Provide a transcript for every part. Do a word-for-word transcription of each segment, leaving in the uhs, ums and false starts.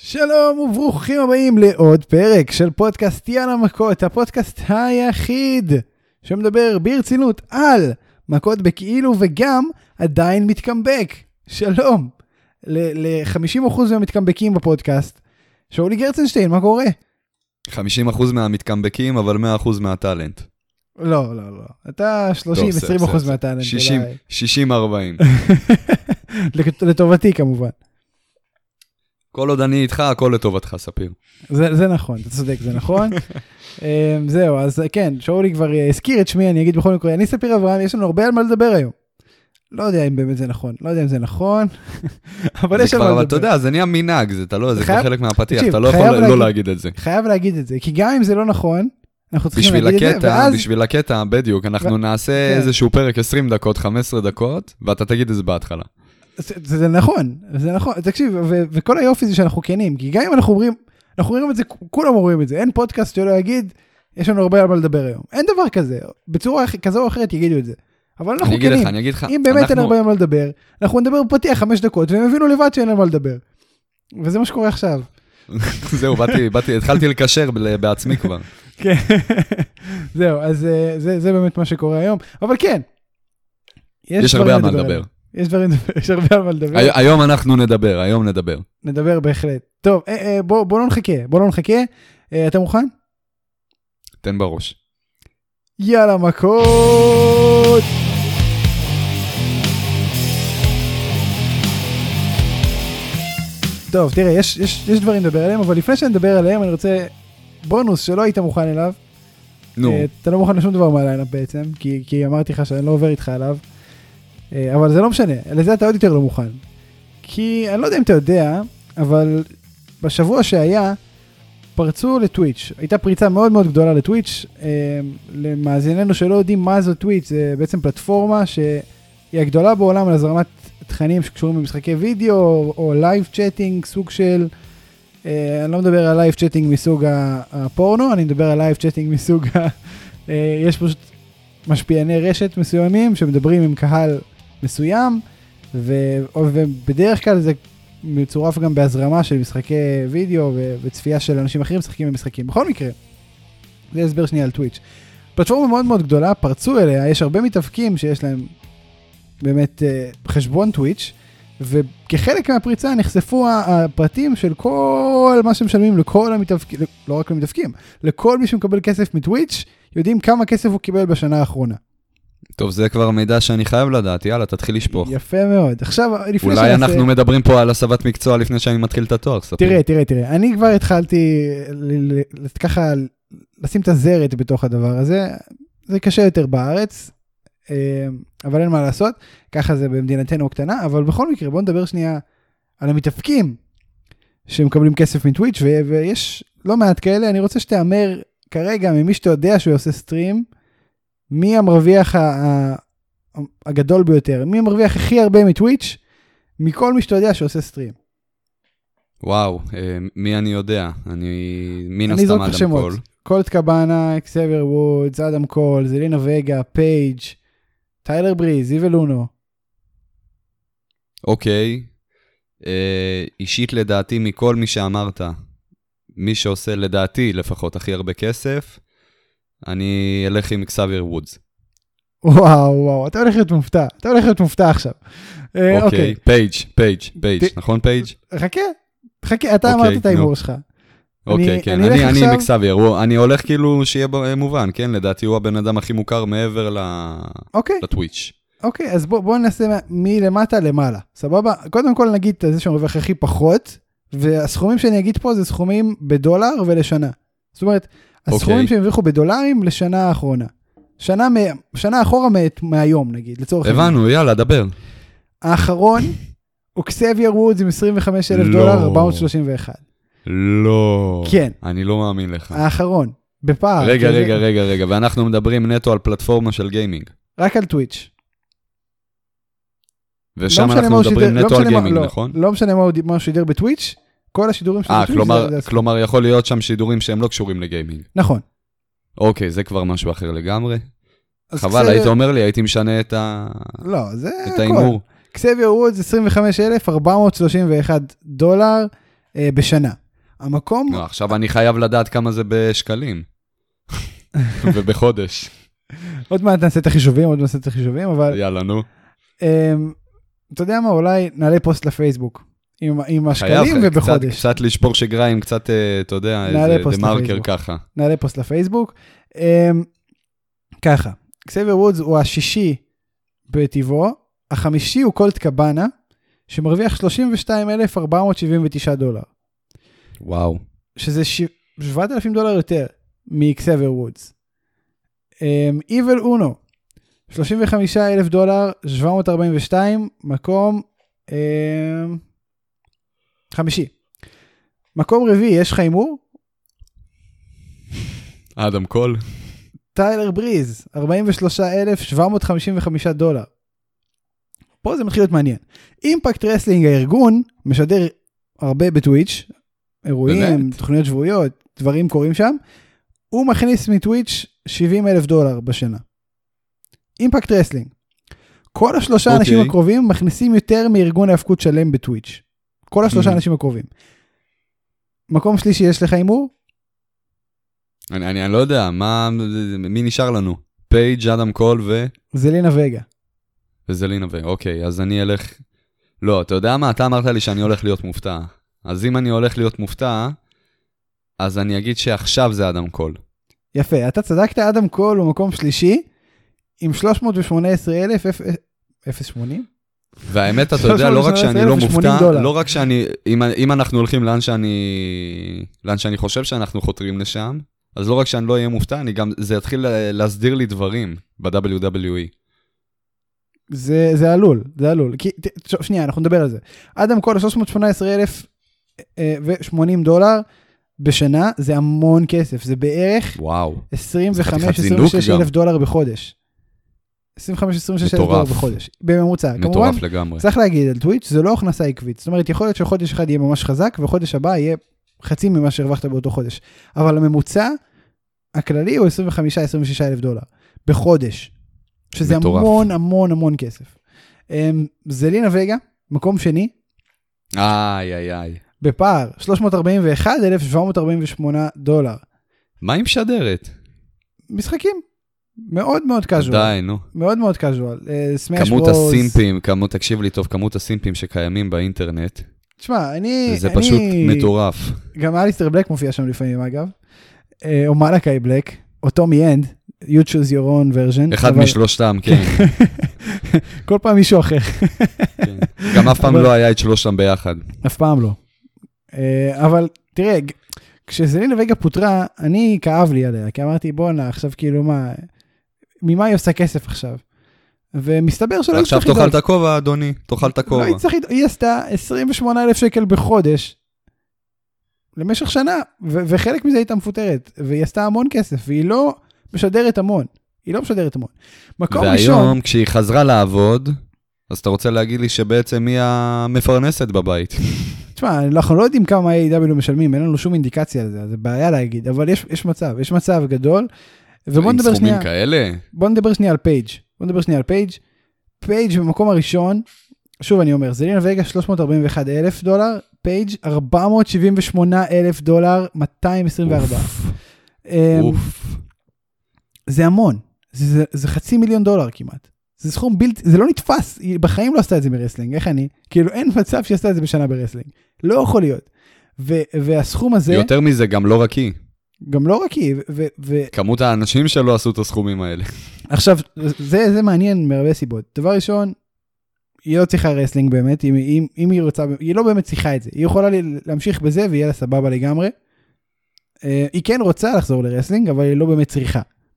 שלום וברוכים הבאים לעוד פרק של פודקאסט יאללה מכות, הפודקאסט היחיד שמדבר ברצינות על מכות בכאילו וגם עדיין מתקמבק. שלום ל-חמישים אחוז מהמתקמבקים בפודקאסט. שאולי גרצנשטיין, מה קורה? חמישים אחוז מהמתקמבקים, אבל מאה אחוז מהטלנט. לא, לא, לא. אתה שלושים עשרים אחוז מהטלנט. שישים ארבעים. לטובתי כמובן. כל עוד אני איתך, הכל לטובתך, ספיר. זה, זה נכון, אתה צודק, זה נכון. זהו, אז כן, שאולי כבר הזכיר את שמי, אני אגיד בכל מקרה, אני ספיר אברהם, יש לנו הרבה על מה לדבר היום. לא יודע אם באמת זה נכון, לא יודע אם זה נכון, אבל יש על מה לדבר. אבל אתה יודע, זה נהיה מנהג, זה כבר חלק מהפתיח, אתה לא יכול לא להגיד את זה. חייב להגיד את זה, כי גם אם זה לא נכון, אנחנו צריכים להגיד את זה, ואז... בשביל הקטע, בדיוק, אנחנו נעשה איזשהו פרק עשרים דקות, חמש עשרה דקות, ואתה תגיד את זה בהתחלה. זה, זה נכון, זה נכון, תקשיב, ו- וכל היופי זה שאנחנו כנים, כי גם אם אנחנו אומרים, אנחנו אומרים את זה, כולם אומרים את זה, אין פודקאסט שלא יגיד, יש לנו הרבה על מה לדבר היום, אין דבר כזה, בצורה כזו או אחרת יגידו את זה, אבל אנחנו כנים, לך, אם באמת אנחנו... אין הרבה על מה לדבר, אנחנו נדבר בפתיח חמש דקות, והם הבינו לבד שאין על מה לדבר, וזה מה שקורה עכשיו. זהו, באתי, באתי, התחלתי לקשר בעצמי כבר. כן, זהו, אז זה, זה, זה באמת מה שקורה היום, אבל כן, יש, יש הרבה על מה לדבר. יש דברים, יש הרבה על מה לדבר. היום אנחנו נדבר, היום נדבר. נדבר בהחלט. טוב, בוא, בוא לא נחכה, בוא לא נחכה. אתה מוכן? תן בראש. יאללה מכות! טוב, תראה, יש, יש, יש דברים לדבר עליהם, אבל לפני שנדבר עליהם, אני רוצה בונוס שלא היית מוכן אליו. נו. אתה לא מוכן לשום דבר מהליינאפ בעצם, כי, כי אמרתי לך שאני לא עובר איתך עליו. אבל זה לא משנה, לזה אתה עוד יותר לא מוכן. כי אני לא יודע אם אתה יודע, אבל בשבוע שהיה, פרצו לטוויץ'. הייתה פריצה מאוד מאוד גדולה לטוויץ'. למאזיננו שלא יודעים מה זו טוויץ', זה בעצם פלטפורמה שהיא הגדולה בעולם על הזרמת תכנים שקשורים במשחקי וידאו, או לייב צ'אטינג, סוג של... אני לא מדבר על לייב צ'אטינג מסוג הפורנו, אני מדבר על לייב צ'אטינג מסוג ה... יש פשוט משפיעני רשת מסוימים שמדברים עם קהל מסוים, ו... ובדרך כלל זה מצורף גם בהזרמה של משחקי וידאו ו... וצפייה של אנשים אחרים משחקים במשחקים. בכל מקרה, זה הסבר שנייה על טוויץ'. פלטפורמה מאוד מאוד גדולה, פרצו אליה, יש הרבה מתאבקים שיש להם באמת חשבון טוויץ', וכחלק מהפריצה נחשפו הפרטים של כל מה שמשלמים לכל המתאבקים, לא רק למתאבקים, לכל מי שמקבל כסף מטוויץ', יודעים כמה כסף הוא קיבל בשנה האחרונה. טוב, זה כבר מידע שאני חייב לדעת, יאללה, תתחיל לשפוך. יפה מאוד. עכשיו, לפני אולי שנעשה... אנחנו מדברים פה על הסבת מקצוע לפני שאני מתחיל את התואר, ספיר. תראה, תראה, תראה, אני כבר התחלתי ל- ל- ככה לשים את הזרת בתוך הדבר הזה, זה קשה יותר בארץ, אבל אין מה לעשות, ככה זה במדינתנו הקטנה, אבל בכל מקרה, בואו נדבר שנייה על המתאבקים שמקבלים כסף מטוויץ', ו- ויש לא מעט כאלה, אני רוצה שתאמר כרגע, ממי שאתה יודע שהוא עושה סטרים, מי המרוויח הגדול ביותר? מי המרוויח הכי הרבה מטוויץ'? מכל מי שאתה יודע שעושה סטרים. וואו, מי אני יודע? אני מין הסתם אדם קול. קולט קבאנה, אקסבר וודס, אדם קול, זלינה וגה, פייג', טיילר בריז, איבלונו. אוקיי. אישית לדעתי מכל מי שאמרת, מי שעושה לדעתי לפחות הכי הרבה כסף, אני אלך עם אקסאביר וודס. וואו, וואו, אתה הולך להיות מופתע. אתה הולך להיות מופתע עכשיו. אוקיי, פייג', פייג', פייג', נכון פייג'? חכה, חכה, אתה אמרת את האימור שלך. אוקיי, כן, אני עם אקסאביר, אני הולך כאילו שיהיה מובן, כן? לדעתי הוא הבן אדם הכי מוכר מעבר לטוויץ'. אוקיי, אז בואו נעשה מלמטה למעלה, סבבה? קודם כל נגיד את זה שמרוויח הכי פחות, והסכומים שאני אגיד פה זה סכומים בדולר ולשנה. זאת אומרת, הסכומים שהם הרוויחו בדולרים לשנה האחרונה. שנה, שנה אחורה מהיום, נגיד, לצורך... הבנו, יאללה, דבר. האחרון, אקסאביר וודס עם עשרים וחמישה אלף דולר, ארבע מאות שלושים ואחת. לא. כן. אני לא מאמין לך. האחרון, בפער. רגע, רגע, רגע, רגע, ואנחנו מדברים נטו על פלטפורמה של גיימינג. רק על טוויץ'. ושם אנחנו מדברים נטו על גיימינג, נכון? לא משנה מה הוא שידר בטוויץ', כל השידורים של טוויץ'. אה, כלומר, יכול להיות שם שידורים שהם לא קשורים לגיימינג. נכון. אוקיי, זה כבר משהו אחר לגמרי. חבל, היית אומר לי, הייתי משנה את ההימור. אקסאביר וודס עשרים וחמישה אלף ארבע מאות שלושים ואחת דולר, בשנה. המקום... לא, עכשיו אני חייב לדעת כמה זה בשקלים. ובחודש. עוד מעט נעשה את החישובים, עוד מעט נעשה את החישובים, אבל... יאללה, נו. אתה יודע מה, אולי נעלה פוסט לפייסבוק. עם השקלים ובחודש. קצת לשפור שגרה עם קצת, אתה יודע, איזה דמרקר ככה. נעלה פוסט לפייסבוק. ככה, קסייבר וודס הוא השישי בטבעו, החמישי הוא קולט קבאנה, שמרוויח שלושים ושתיים אלף ארבע מאות שבעים ותשעה דולר. וואו. שזה שבעת אלפים דולר יותר מקסייבר וודס. איבל אונו, שלושים וחמישה אלף דולר, שבע מאות ארבעים ושתיים, מקום חמישי. מקום רביעי, יש לך הימור? אדם קול. טיילר בריז, ארבעים ושלושה אלף שבע מאות חמישים וחמישה דולר. פה זה מתחיל להיות מעניין. אימפקט רסלינג הארגון משדר הרבה בטוויץ', אירועים, באמת? תוכניות שבועיות, דברים קורים שם. הוא מכניס מטוויץ' שבעים אלף דולר בשנה. אימפקט רסלינג. כל השלושה okay. אנשים הקרובים מכניסים יותר מארגון ההפקות שלם בטוויץ'. כל השלושה mm. אנשים הקרובים. מקום שלישי, יש לך הימור? אני, אני, אני לא יודע, מה, מי נשאר לנו? פייג', אדם קול ו... זלינה וגה. וזלינה וגה, אוקיי, אז אני אלך... לא, אתה יודע מה? אתה אמרת לי שאני הולך להיות מופתע. אז אם אני הולך להיות מופתע, אז אני אגיד שעכשיו זה אדם קול. יפה, אתה צדקת, אדם קול הוא מקום שלישי, עם שלוש מאות ושמונה עשרה אלף, אפס שמונים? והאמת, אתה יודע, לא רק שאני לא מופתע, לא רק שאני, אם, אם אנחנו הולכים לאן שאני, לאן שאני חושב שאנחנו חותרים לשם, אז לא רק שאני לא אהיה מופתע, אני גם, זה יתחיל להסדיר לי דברים ב-דאבליו דאבליו אי. זה, זה עלול, זה עלול. כי, שנייה, אנחנו נדבר על זה. אדם קול, שלוש מאות ושמונה עשרה אלף ושמונים דולר בשנה, זה המון כסף, זה בערך וואו. עשרים וחמש עשרים ושש אלף דולר בחודש. עשרים וחמש עשרים ושש אלף דולר בחודש, בממוצע. מטורף כמובן, לגמרי. צריך להגיד, על טוויץ' זה לא הכנסה עקבית. זאת אומרת, יכול להיות שחודש אחד יהיה ממש חזק, וחודש הבא יהיה חצי ממה שהרווחת באותו חודש. אבל הממוצע הכללי הוא עשרים וחמש עשרים ושש אלף דולר בחודש. שזה מטורף. המון המון המון כסף. זלינה וגה, מקום שני. איי איי איי. בפער, שלוש מאות ארבעים ואחת אלף שבע מאות ארבעים ושמונה דולר. מה היא משדרת? משחקים. מאוד מאוד קז'ואל. די, נו. מאוד מאוד קז'ואל. סמאש כמות הסימפים, כמות, תקשיב לי טוב, כמות הסימפים שקיימים באינטרנט. תשמע, אני... זה פשוט מטורף. גם אליסטר בלק מופיע שם לפעמים, אגב. או מלאקי בלק, או טומי אנד, you choose your own version. אחד משלושתם, כן. כל פעם מישהו אחר. גם אף פעם לא היה את שלושתם ביחד. אף פעם לא. אבל תראה, כשזלינה וגה פוטרה, אני כאב לי עליה, כי אמרתי, בוא נה, עכשיו כאילו מה, ממה היא עושה כסף עכשיו? ומסתבר שלא עכשיו תאכל את הכובע, אדוני, תאכל את הכובע. לא, היא עשתה עשרים ושמונה אלף שקל בחודש, למשך שנה, ו- וחלק מזה הייתה מפוטרת, והיא עשתה המון כסף, והיא לא משדרת המון, היא לא משדרת המון. מקום והיום, ראשון, כשהיא חזרה לעבוד, אז אתה רוצה להגיד לי שבעצם היא המפרנסת בבית. תשמע, אנחנו לא יודעים כמה איי דאבליו משלמים, אין לנו שום אינדיקציה על זה, זה בעיה להגיד, אבל יש, יש מצב, יש מצב גדול, ובוא נדבר שנייה, כאלה? בוא נדבר שנייה על פייג', בוא נדבר שנייה על פייג', פייג' במקום הראשון, שוב אני אומר, זלינה וגה שלוש מאות ארבעים ואחת אלף דולר, פייג' ארבע מאות שבעים ושמונה אלף דולר, מאתיים עשרים וארבע. אוף. זה המון, זה, זה, זה חצי מיליון דולר כמעט. זה סכום בלתי, זה לא נתפס, היא בחיים לא עשתה את זה ברסלינג, איך אני? כאילו אין מצב שהיא עשתה את זה בשנה ברסלינג. לא יכול להיות. ו, והסכום הזה... יותר מזה, גם לא רק היא. גם לא רק היא. ו, ו... כמות האנשים שלא עשו את הסכומים האלה. עכשיו, זה, זה מעניין מהרבה סיבות. דבר ראשון, היא לא צריכה רסלינג באמת, אם, אם, אם היא רוצה, היא לא באמת צריכה את זה. היא יכולה להמשיך בזה ויהיה לה סבבה לגמרי. היא כן רוצה לחזור לרסלינג, אבל היא לא באמת צריכה.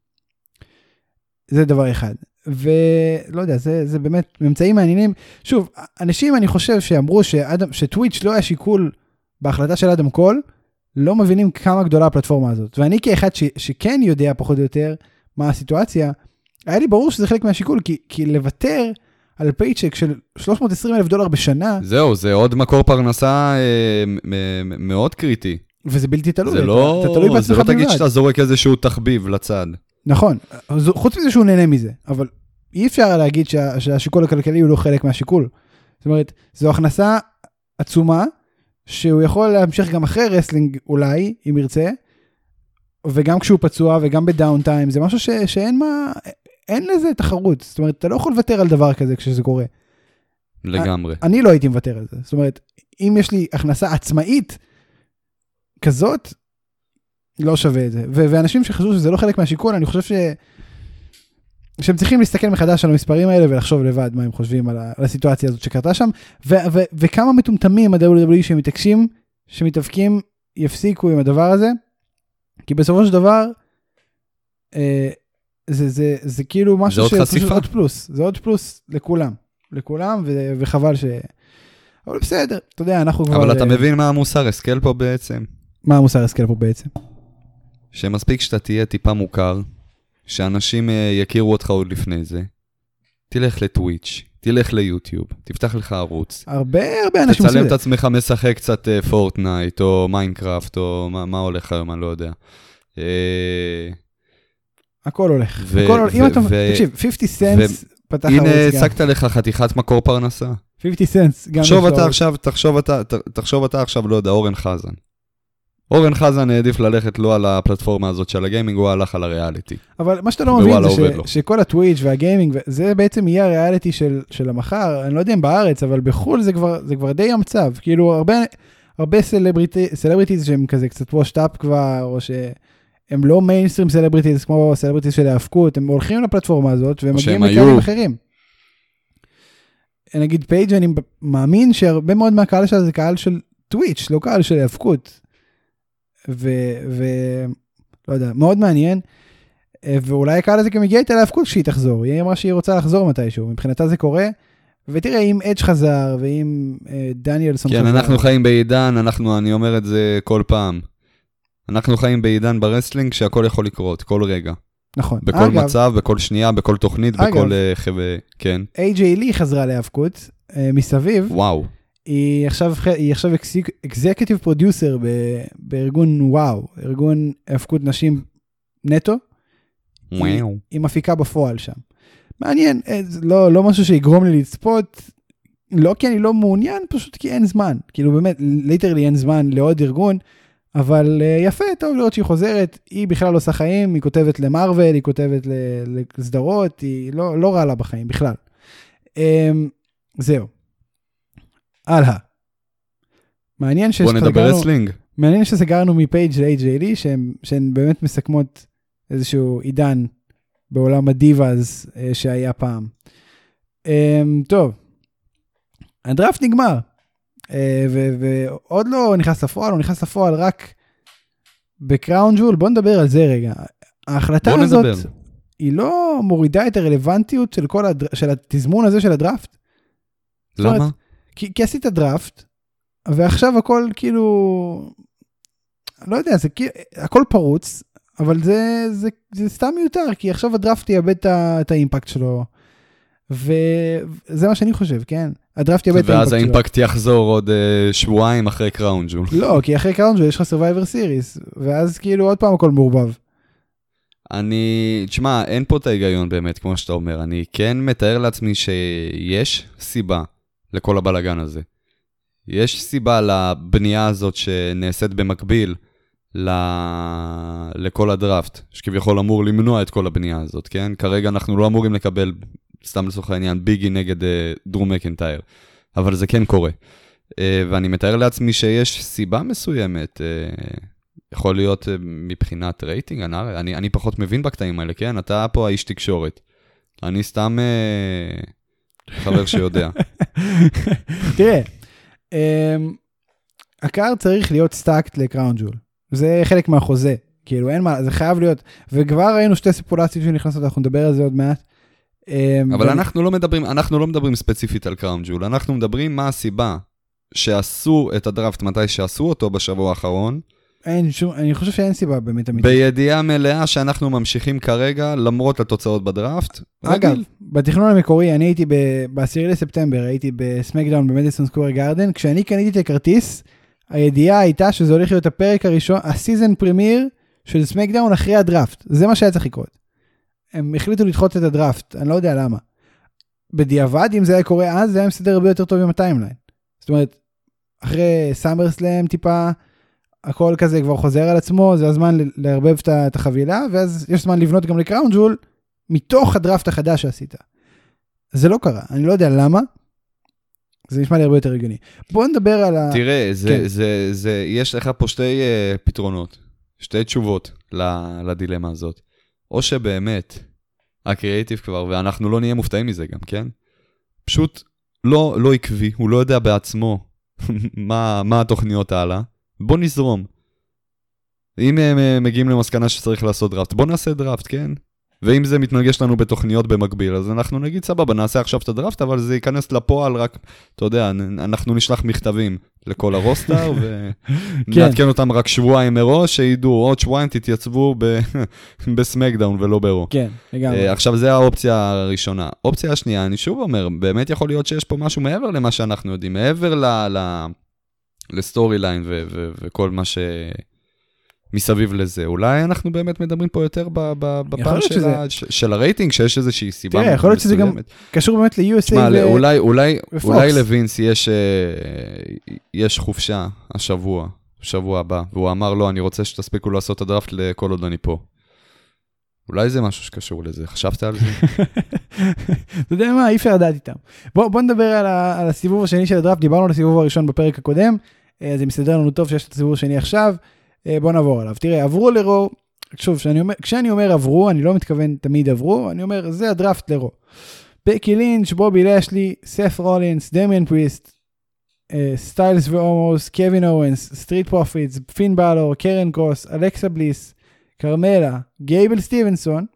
זה דבר אחד. ולא יודע, זה, זה באמת ממצאים מעניינים. שוב, אנשים אני חושב שאמרו שאדם, שטוויץ' לא היה שיקול בהחלטה של אדם קול, לא מבינים כמה גדולה הפלטפורמה הזאת. ואני כאחד ש, שכן יודע פחות או יותר מה הסיטואציה, היה לי ברור שזה חלק מהשיקול, כי, כי לוותר על פייצ'ק של שלוש מאות ועשרים אלף דולר בשנה. זהו, זה עוד מקור פרנסה אה, מאוד קריטי. וזה בלתי תלוי. זה לא, אתה תלוי זה לא תגיד שאתה זורק איזשהו תחביב לצד. נכון, חוץ מזה שהוא נהנה מזה, אבל אי אפשר להגיד שה, שהשיקול הכלכלי הוא לא חלק מהשיקול. זאת אומרת, זו הכנסה עצומה, שהוא יכול להמשיך גם אחרי רסלינג אולי, אם ירצה, וגם כשהוא פצוע וגם בדאון טיים, זה משהו ש, שאין מה, אין לזה תחרות, זאת אומרת, אתה לא יכול לוותר על דבר כזה כשזה קורה. לגמרי. אני לא הייתי מוותר על זה, זאת אומרת, אם יש לי הכנסה עצמאית כזאת, לא שווה את זה. ו- ואנשים שחשבו שזה לא חלק מהשיקול, אני חושב ש... שהם צריכים להסתכל מחדש על המספרים האלה ולחשוב לבד מה הם חושבים על, ה- על הסיטואציה הזאת שקרתה שם, ו- ו- וכמה מטומטמים ה-דאבליו דאבליו אי שמתעקשים, שמתאבקים, יפסיקו עם הדבר הזה, כי בסופו של דבר, אה, זה, זה, זה כאילו משהו שפשוט עוד פלוס, זה עוד פלוס לכולם, לכולם, ו- וחבל ש... אבל בסדר, אתה יודע, אנחנו כבר... אבל אתה מבין מה המוסר השכל פה בעצם? מה המוסר השכל פה בעצם? שמספיק שאתה תהיה טיפה מוכר, שאנשים יכירו אותך עוד לפני זה. תלך לטוויץ', תלך ליוטיוב, תפתח לך ערוץ. הרבה הרבה אנשים עושים את זה. תצלם את עצמך משחק קצת פורטנייט, או מיינקראפט, או מה, מה הולך היום, אני לא יודע. הכל הולך. ו- הכל הולך. ו- אם אתה... ו- תקשיב, חמישים סנס פתח ערוץ גם. הנה, השגת לך חתיכת מקור פרנסה. חמישים סנס גם. תחשוב אתה עכשיו, תחשוב אתה, תחשוב אתה עכשיו, לא יודע, אורן חזן. אורן חזן העדיף ללכת לא על הפלטפורמה הזאת של הגיימינג, הוא הלך על הריאליטי. אבל מה שאתה לא מבין זה ש- שכל הטוויץ' והגיימינג, זה בעצם יהיה הריאליטי של, של המחר, אני לא יודע אם בארץ, אבל בחול זה כבר, זה כבר די המצב. כאילו הרבה, הרבה סלבריטי, סלבריטיז שהם כזה קצת וושט-אפ כבר, או שהם לא מיינסטרים סלבריטיז, כמו סלבריטיז של ההפקות, הם הולכים לפלטפורמה הזאת, והם מגיעים לקהלים אחרים. נגיד פייג' אני מאמין שהרבה מאוד מהקהל שלה זה קהל של טוויץ', לא קהל של ההפקות. ו... ו... לא יודע, מאוד מעניין, ואולי הקהל הזה גם הגיע איתה להפקות כשהיא תחזור, היא אמרה שהיא רוצה לחזור מתישהו, מבחינתה זה קורה, ותראה אם אדג' חזר, ואם אה, דניאלסון כן, חזר. כן, אנחנו חיים בעידן, אנחנו, אני אומר את זה כל פעם, אנחנו חיים בעידן ברסלינג שהכל יכול לקרות, כל רגע. נכון. בכל אגב, מצב, בכל שנייה, בכל תוכנית, אגב, בכל uh, חווה, כן. איי ג'יי לי חזרה להפקות, uh, מסביב. וואו. היא עכשיו, היא עכשיו אקזקטיב פרודיוסר בארגון וואו, ארגון הפקות נשים נטו. וואו. היא, היא מפיקה בפועל שם. מעניין, לא, לא משהו שיגרום לי לצפות, לא כי אני לא מעוניין, פשוט כי אין זמן. כאילו באמת, ליטרלי אין זמן לעוד ארגון, אבל יפה, טוב לראות שהיא חוזרת, היא בכלל לא עושה חיים, היא כותבת למרוול, היא כותבת לסדרות, היא לא, לא רע לה בחיים, בכלל. זהו. הלאה. מעניין בוא נדבר רסלינג. מעניין שסגרנו מפייג' ל-איי ג'יי לי, שהן, שהן באמת מסכמות איזשהו עידן בעולם הדיבאז שהיה פעם. טוב, הדראפט נגמר, ועוד לא נכנס לפועל, הוא נכנס לפועל רק בקראון ג'ול. בוא נדבר על זה רגע. ההחלטה הזאת, נדבר. היא לא מורידה את הרלוונטיות של, כל הדר... של התזמון הזה של הדראפט? למה? אומרת, כי, כי עשית דראפט, ועכשיו הכל כאילו, לא יודע, זה כאילו, הכל פרוץ, אבל זה, זה, זה סתם מיותר, כי עכשיו הדראפט יאבד את האימפקט שלו, וזה מה שאני חושב, כן? הדראפט יאבד את האימפקט שלו. ואז האימפקט יחזור עוד uh, שבועיים אחרי קראון ג'ול. לא, כי אחרי קראון ג'ול יש לך Survivor Series, ואז כאילו עוד פעם הכל מעורבב. אני, תשמע, אין פה את ההיגיון באמת, כמו שאתה אומר, אני כן מתאר לעצמי שיש סיבה לכל הבלגן הזה. יש סיבה לבנייה הזאת שנעשית במקביל ל... לכל הדראפט, שכביכול אמור למנוע את כל הבנייה הזאת, כן? כרגע אנחנו לא אמורים לקבל, סתם לצורך העניין, ביגי נגד uh, דרו מקנטייר, אבל זה כן קורה. Uh, ואני מתאר לעצמי שיש סיבה מסוימת, uh, יכול להיות uh, מבחינת רייטינג, אני, אני, אני פחות מבין בקטעים האלה, כן? אתה פה האיש תקשורת. אני סתם uh, חבר שיודע. תראה, um, הקארד צריך להיות סטאקט לקראון ג'ול. זה חלק מהחוזה, כאילו אין מה, זה חייב להיות, וכבר ראינו שתי סיפולציות שנכנסות, אנחנו נדבר על זה עוד מעט. אבל אנחנו לא מדברים, אנחנו לא מדברים ספציפית על קראון ג'ול, אנחנו מדברים מה הסיבה שעשו את הדראפט מתי שעשו אותו בשבוע האחרון. אין שום, אני חושב שאין סיבה באמת אמיתית. בידיעה מלאה שאנחנו ממשיכים כרגע, למרות התוצאות בדראפט. אגב, בתכנון המקורי, אני הייתי בעשירי לספטמבר, הייתי בסמקדאון במדיסון סקוור גארדן, כשאני קניתי את הכרטיס, הידיעה הייתה שזה הולך להיות הפרק הראשון, הסיזן פרימיר של סמקדאון אחרי הדראפט. זה מה שהיה צריך לקרות. הם החליטו לדחות את הדראפט, אני לא יודע למה. בדיעבד, אם זה היה קורה אז, זה היה מסדר הרבה יותר טוב עם הטיימליין. זאת אומרת, אחרי סאמר סלאם טיפה, הכל כזה כבר חוזר על עצמו, זה הזמן להרבב את החבילה, ואז יש זמן לבנות גם לקראון ג'ול, מתוך הדראפט החדש שעשית. זה לא קרה, אני לא יודע למה, זה נשמע לי הרבה יותר הגיוני. בואו נדבר על ה... תראה, זה, כן. זה, זה, יש לך פה שתי uh, פתרונות, שתי תשובות לדילמה הזאת. או שבאמת, הקריאיטיב כבר, ואנחנו לא נהיה מופתעים מזה גם, כן? פשוט לא, לא עקבי, הוא לא יודע בעצמו מה, מה התוכניות הלאה. בוא נזרום. אם הם מגיעים למסקנה שצריך לעשות דראפט, בוא נעשה דראפט, כן? ואם זה מתנגש לנו בתוכניות במקביל, אז אנחנו נגיד סבבה, נעשה עכשיו את הדראפט, אבל זה ייכנס לפועל רק, אתה יודע, אנחנו נשלח מכתבים לכל הרוסטר, ונעדכן אותם רק שבועיים מראש, שידעו, עוד שבועיים תתייצבו בסמקדאון ולא ברו. כן, לגמרי. עכשיו, זה האופציה הראשונה. אופציה השנייה, אני שוב אומר, באמת יכול להיות שיש פה משהו מעבר למה שאנחנו יודעים, מעבר לסטורי ליין וכל מה ש... מסביב לזה. אולי אנחנו באמת מדברים פה יותר בפעם של, שזה... של הרייטינג, שיש איזושהי סיבה מסוימת. תראה, יכול להיות שזה גם קשור באמת ל-יו אס איי ו... אולי, אולי, אולי לווינס יש, יש חופשה השבוע, שבוע הבא, והוא אמר לו, אני רוצה שתספיקו לעשות את הדראפט לכל עוד אני פה. אולי זה משהו שקשור לזה. חשבת על זה? אתה יודע מה, אי אפשר לדעת איתם. בוא, בוא נדבר על, ה, על הסיבוב השני של הדראפט, דיברנו על הסיבוב הראשון בפרק הקודם, זה מסתדר לנו טוב שיש את הסיבוב השני עכשיו, בוא נעבור עליו. תראה, עברו לרו, שוב, כשאני אומר, כשאני אומר עברו, אני לא מתכוון תמיד עברו, אני אומר, זה הדראפט לרו. בקי לינץ', בובי לשלי, סף רולינס, דמיאן פריסט, סטיילס ואומוס, קווין אורנס, סטריט פרופיטס, פין בלור, קרן קרוס, אלכסה בליס, קרמלה, גייבל סטיבנסון.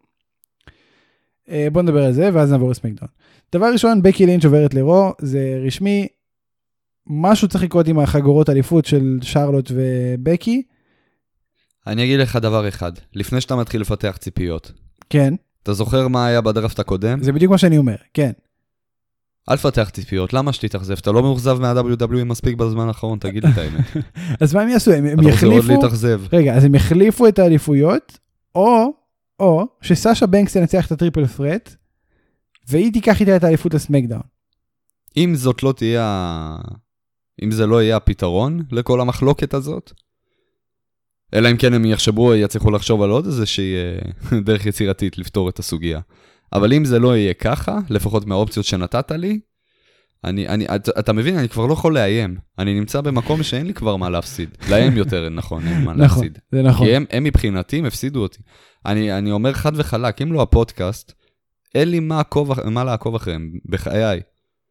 בוא נדבר על זה, ואז נעבור לסמקדאון. דבר ראשון, בקי לינץ' עוברת לרו, זה רשמי, משהו צריך לקרות עם החגורות אליפות של שרלוט ובקי. אני אגיד לך דבר אחד, לפני שאתה מתחיל לפתח ציפיות. כן. אתה זוכר מה היה בדראפט הקודם? זה בדיוק מה שאני אומר, כן. אל תפתח ציפיות, למה שתתאכזב? אתה לא מאוכזב מה-דאבליו דאבליו אי מספיק בזמן האחרון, תגיד לי את האמת. אז מה הם יעשו? הם יחליפו... אתה רוצה עוד להתאכזב. רגע, אז הם יחליפו את האליפויות, או, או, שסאשה בנקס תנצח את הטריפל פרט, והיא תיקח איתה את האליפות לסמקדאון. אם זאת לא תהיה... אם זה לא יהיה הפתרון לכל המחלוקת הזאת, אלא אם כן הם יחשבו, יצליחו לחשוב על עוד איזושהי דרך יצירתית לפתור את הסוגיה. אבל אם זה לא יהיה ככה, לפחות מהאופציות שנתת לי, אני, אני, אתה, אתה מבין, אני כבר לא יכול לאיים. אני נמצא במקום שאין לי כבר מה להפסיד. להם יותר, נכון, אין מה להפסיד. זה נכון. כי הם, הם מבחינתי, הם הפסידו אותי. אני, אני אומר חד וחלק, אם לא הפודקאסט, אין לי מה, עקוב, מה לעקוב אחריהם, בחיי.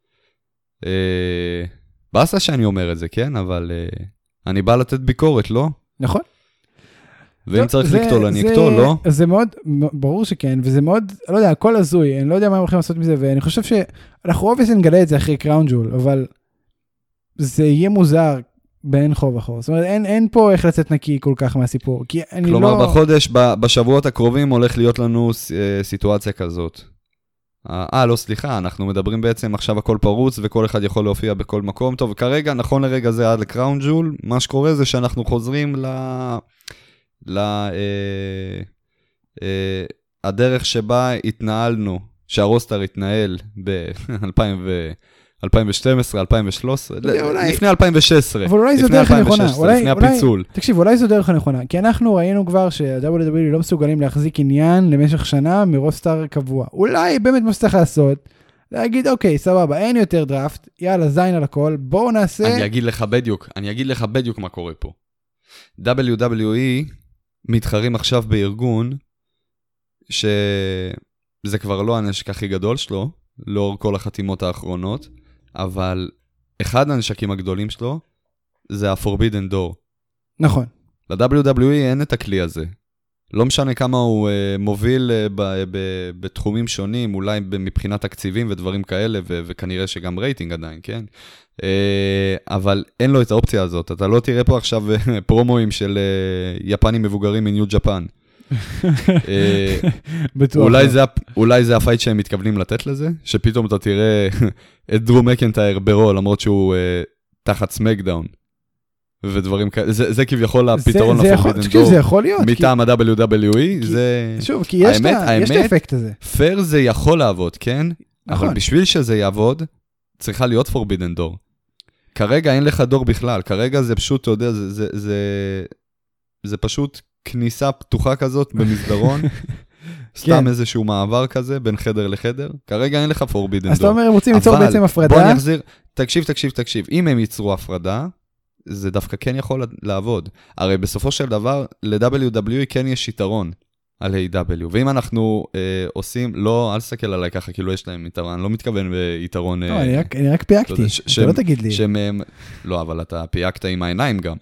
אה, בעשה שאני אומר את זה, כן? אבל אה, אני בא לתת ביקורת, לא? נכון. ואם צריך לקטול, אני אקטול, לא? זה מאוד, ברור שכן, וזה מאוד, לא יודע, הכל הזוי, אני לא יודע מה הם הולכים לעשות מזה, ואני חושב שאנחנו אובייס נגלה את זה אחרי קראון ג'ול, אבל זה יהיה מוזר בין חוב אחור. זאת אומרת, אין, אין פה איך לצאת נקי כל כך מהסיפור, כי אני כלומר, לא... כלומר, בחודש, בשבועות הקרובים הולך להיות לנו סיטואציה כזאת. אה, לא, סליחה, אנחנו מדברים בעצם עכשיו הכל פרוץ, וכל אחד יכול להופיע בכל מקום. טוב, כרגע, נכון לרגע זה עד לקראון ג'ול, מה שקורה זה שאנחנו חוזרים ל... לדרך שבה התנהלנו, שהרוסטר התנהל ב-אלפיים ושתים עשרה, אלפיים ושלוש עשרה, לפני אלפיים ושש עשרה, אבל אולי זו דרך הנכונה, לפני הפיצול. תקשיב, אולי זו דרך הנכונה, כי אנחנו ראינו כבר שה-דאבליו דאבליו אי לא מסוגלים להחזיק עניין למשך שנה מרוסטר קבוע. אולי באמת מה שצריך לעשות, להגיד, אוקיי, סבבה, אין יותר דראפט, יאללה, זין על הכל, בואו נעשה... אני אגיד לך בדיוק, אני אגיד לך בדיוק מה קורה פה. דאבליו דאבליו אי מתחרים עכשיו בארגון שזה כבר לא הנשק הכי גדול שלו, לאור כל החתימות האחרונות, אבל אחד הנשקים הגדולים שלו זה ה-Forbidden Door. נכון. ל-דאבליו דאבליו אי אין את הכלי הזה. לא משנה כמה הוא uh, מוביל uh, ב- ב- בתחומים שונים, אולי מבחינת תקציבים ודברים כאלה, ו- וכנראה שגם רייטינג עדיין, כן? Uh, אבל אין לו את האופציה הזאת. אתה לא תראה פה עכשיו פרומואים של uh, יפנים מבוגרים מניו ג'פן. אולי זה, אולי זה הפייט שהם מתכוונים לתת לזה, שפתאום אתה תראה את דרו מקנטייר ברו, למרות שהוא uh, תחת סמקדאון. ודברים כאלה, זה, זה כביכול הפתרון לפורבידן דור. זה יכול להיות. מטעם ה-דאבליו דאבליו אי, זה... שוב, כי יש את האפקט הזה. פייר זה יכול לעבוד, כן? אבל בשביל שזה יעבוד, צריכה להיות פורבידן דור. כרגע אין לך דור בכלל, כרגע זה פשוט, אתה יודע, זה, זה, זה, זה פשוט כניסה פתוחה כזאת במסדרון, סתם איזשהו מעבר כזה, בין חדר לחדר, כרגע אין לך Forbidden Door. אז אתה אומר, הם רוצים ליצור בעצם הפרדה? בוא נחזיר, תקשיב, תקשיב, תקשיב, אם הם ייצרו הפרדה, זה דווקא כן יכול לעבוד. הרי בסופו של דבר, ל-דאבליו דאבליו אי כן יש יתרון על איי דאבליו, ואם אנחנו אה, עושים, לא, אל תסתכל עליי ככה, כאילו יש להם יתרון, אני לא מתכוון ביתרון... לא, אה, אני, רק, אני רק פייקתי, אתה ש, לא תגיד לי. שהם, לא, אבל אתה פייקת עם העיניים גם.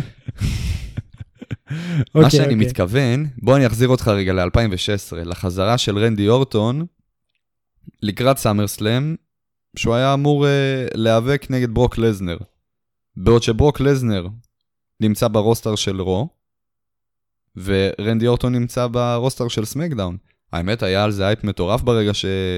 מה okay, שאני okay. מתכוון, בוא אני אחזיר אותך רגע ל-אלפיים ושש עשרה, לחזרה של רנדי אורטון, לקראת סאמרסלאם, שהוא היה אמור uh, להיאבק נגד ברוק לזנר. בעוד שברוק לזנר נמצא ברוסטר של רו, ורנדי אורטון נמצא ברוסטר של סמקדאון. האמת, היה על זה הייפ מטורף ברגע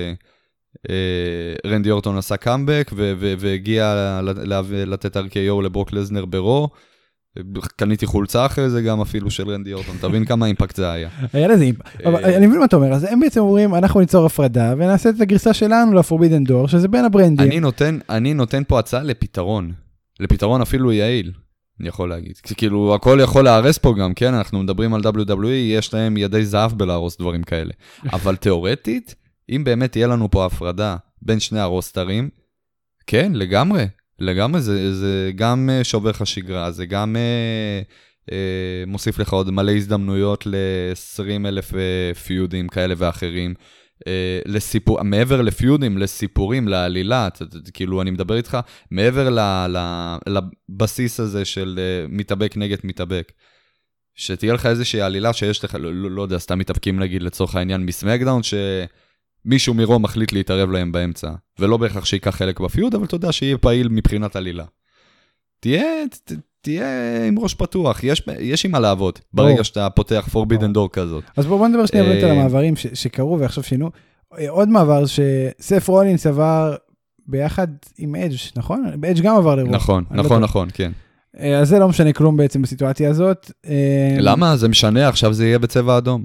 שרנדי uh, אורטון עשה קאמבק, והגיע לתת אר קיי או לברוק לזנר ברו, קניתי חולצה אחרי זה גם אפילו של רנדי אורטון, תבין כמה אימפקט זה היה. היה לזה אימפקט, אבל אני מבין מה אתה אומר, אז הם בעצם אומרים, אנחנו ניצור הפרדה, ונעשה את הגרסה שלנו ל-Forbidden Door, שזה בין הברנדים. אני נותן, אני נותן פה הצעה לפתרון, לפתרון אפילו יעיל, אני יכול להגיד. כאילו, הכל יכול להרס פה גם, כן? אנחנו מדברים על דאבליו דאבליו אי, יש להם ידי זהב בלהרוס דברים כאלה. אבל תיאורטית, אם באמת תהיה לנו פה הפרדה בין שני הרוסטרים, כן, לגמרי. לגמרי, זה, זה גם שובר לך שגרה, זה גם אה, אה, מוסיף לך עוד מלא הזדמנויות ל-עשרים אלף אה, פיודים כאלה ואחרים, אה, לסיפור, מעבר לפיודים, לסיפורים, לעלילה, כאילו אני מדבר איתך, מעבר ל, ל, לבסיס הזה של אה, מתאבק נגד מתאבק, שתהיה לך איזושהי עלילה שיש לך, לא, לא, לא יודע, סתם מתאבקים להגיד לצורך העניין מסמקדאון, ש... מישהו מרו מחליט להתערב להם באמצע, ולא בהכרח שיקח חלק בפיוד, אבל אתה יודע שיהיה פעיל מבחינת עלילה. תהיה, ת, תהיה עם ראש פתוח, יש, יש עם מה לעבוד, ברגע שאתה פותח Forbidden Door כזאת. אז בואו נדבר שנייה באמת על המעברים שקרו ועכשיו שינו. עוד מעבר שסף רולינס עבר ביחד עם אדג', נכון? אדג' גם עבר לרוב. נכון, נכון, נכון, כן. אז זה לא משנה כלום בעצם בסיטואציה הזאת. למה? זה משנה, עכשיו זה יהיה בצבע אדום.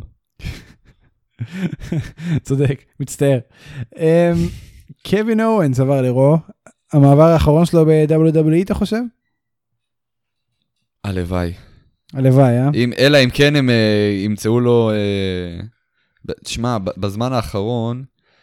צודק, מצטער. קווין אורנס עבר לרו, המעבר האחרון שלו ב-דאבליו דאבליו אי, אתה חושב? הלוואי. הלוואי, אה? אלא אם כן הם ימצאו לו, תשמע, בזמן האחרון,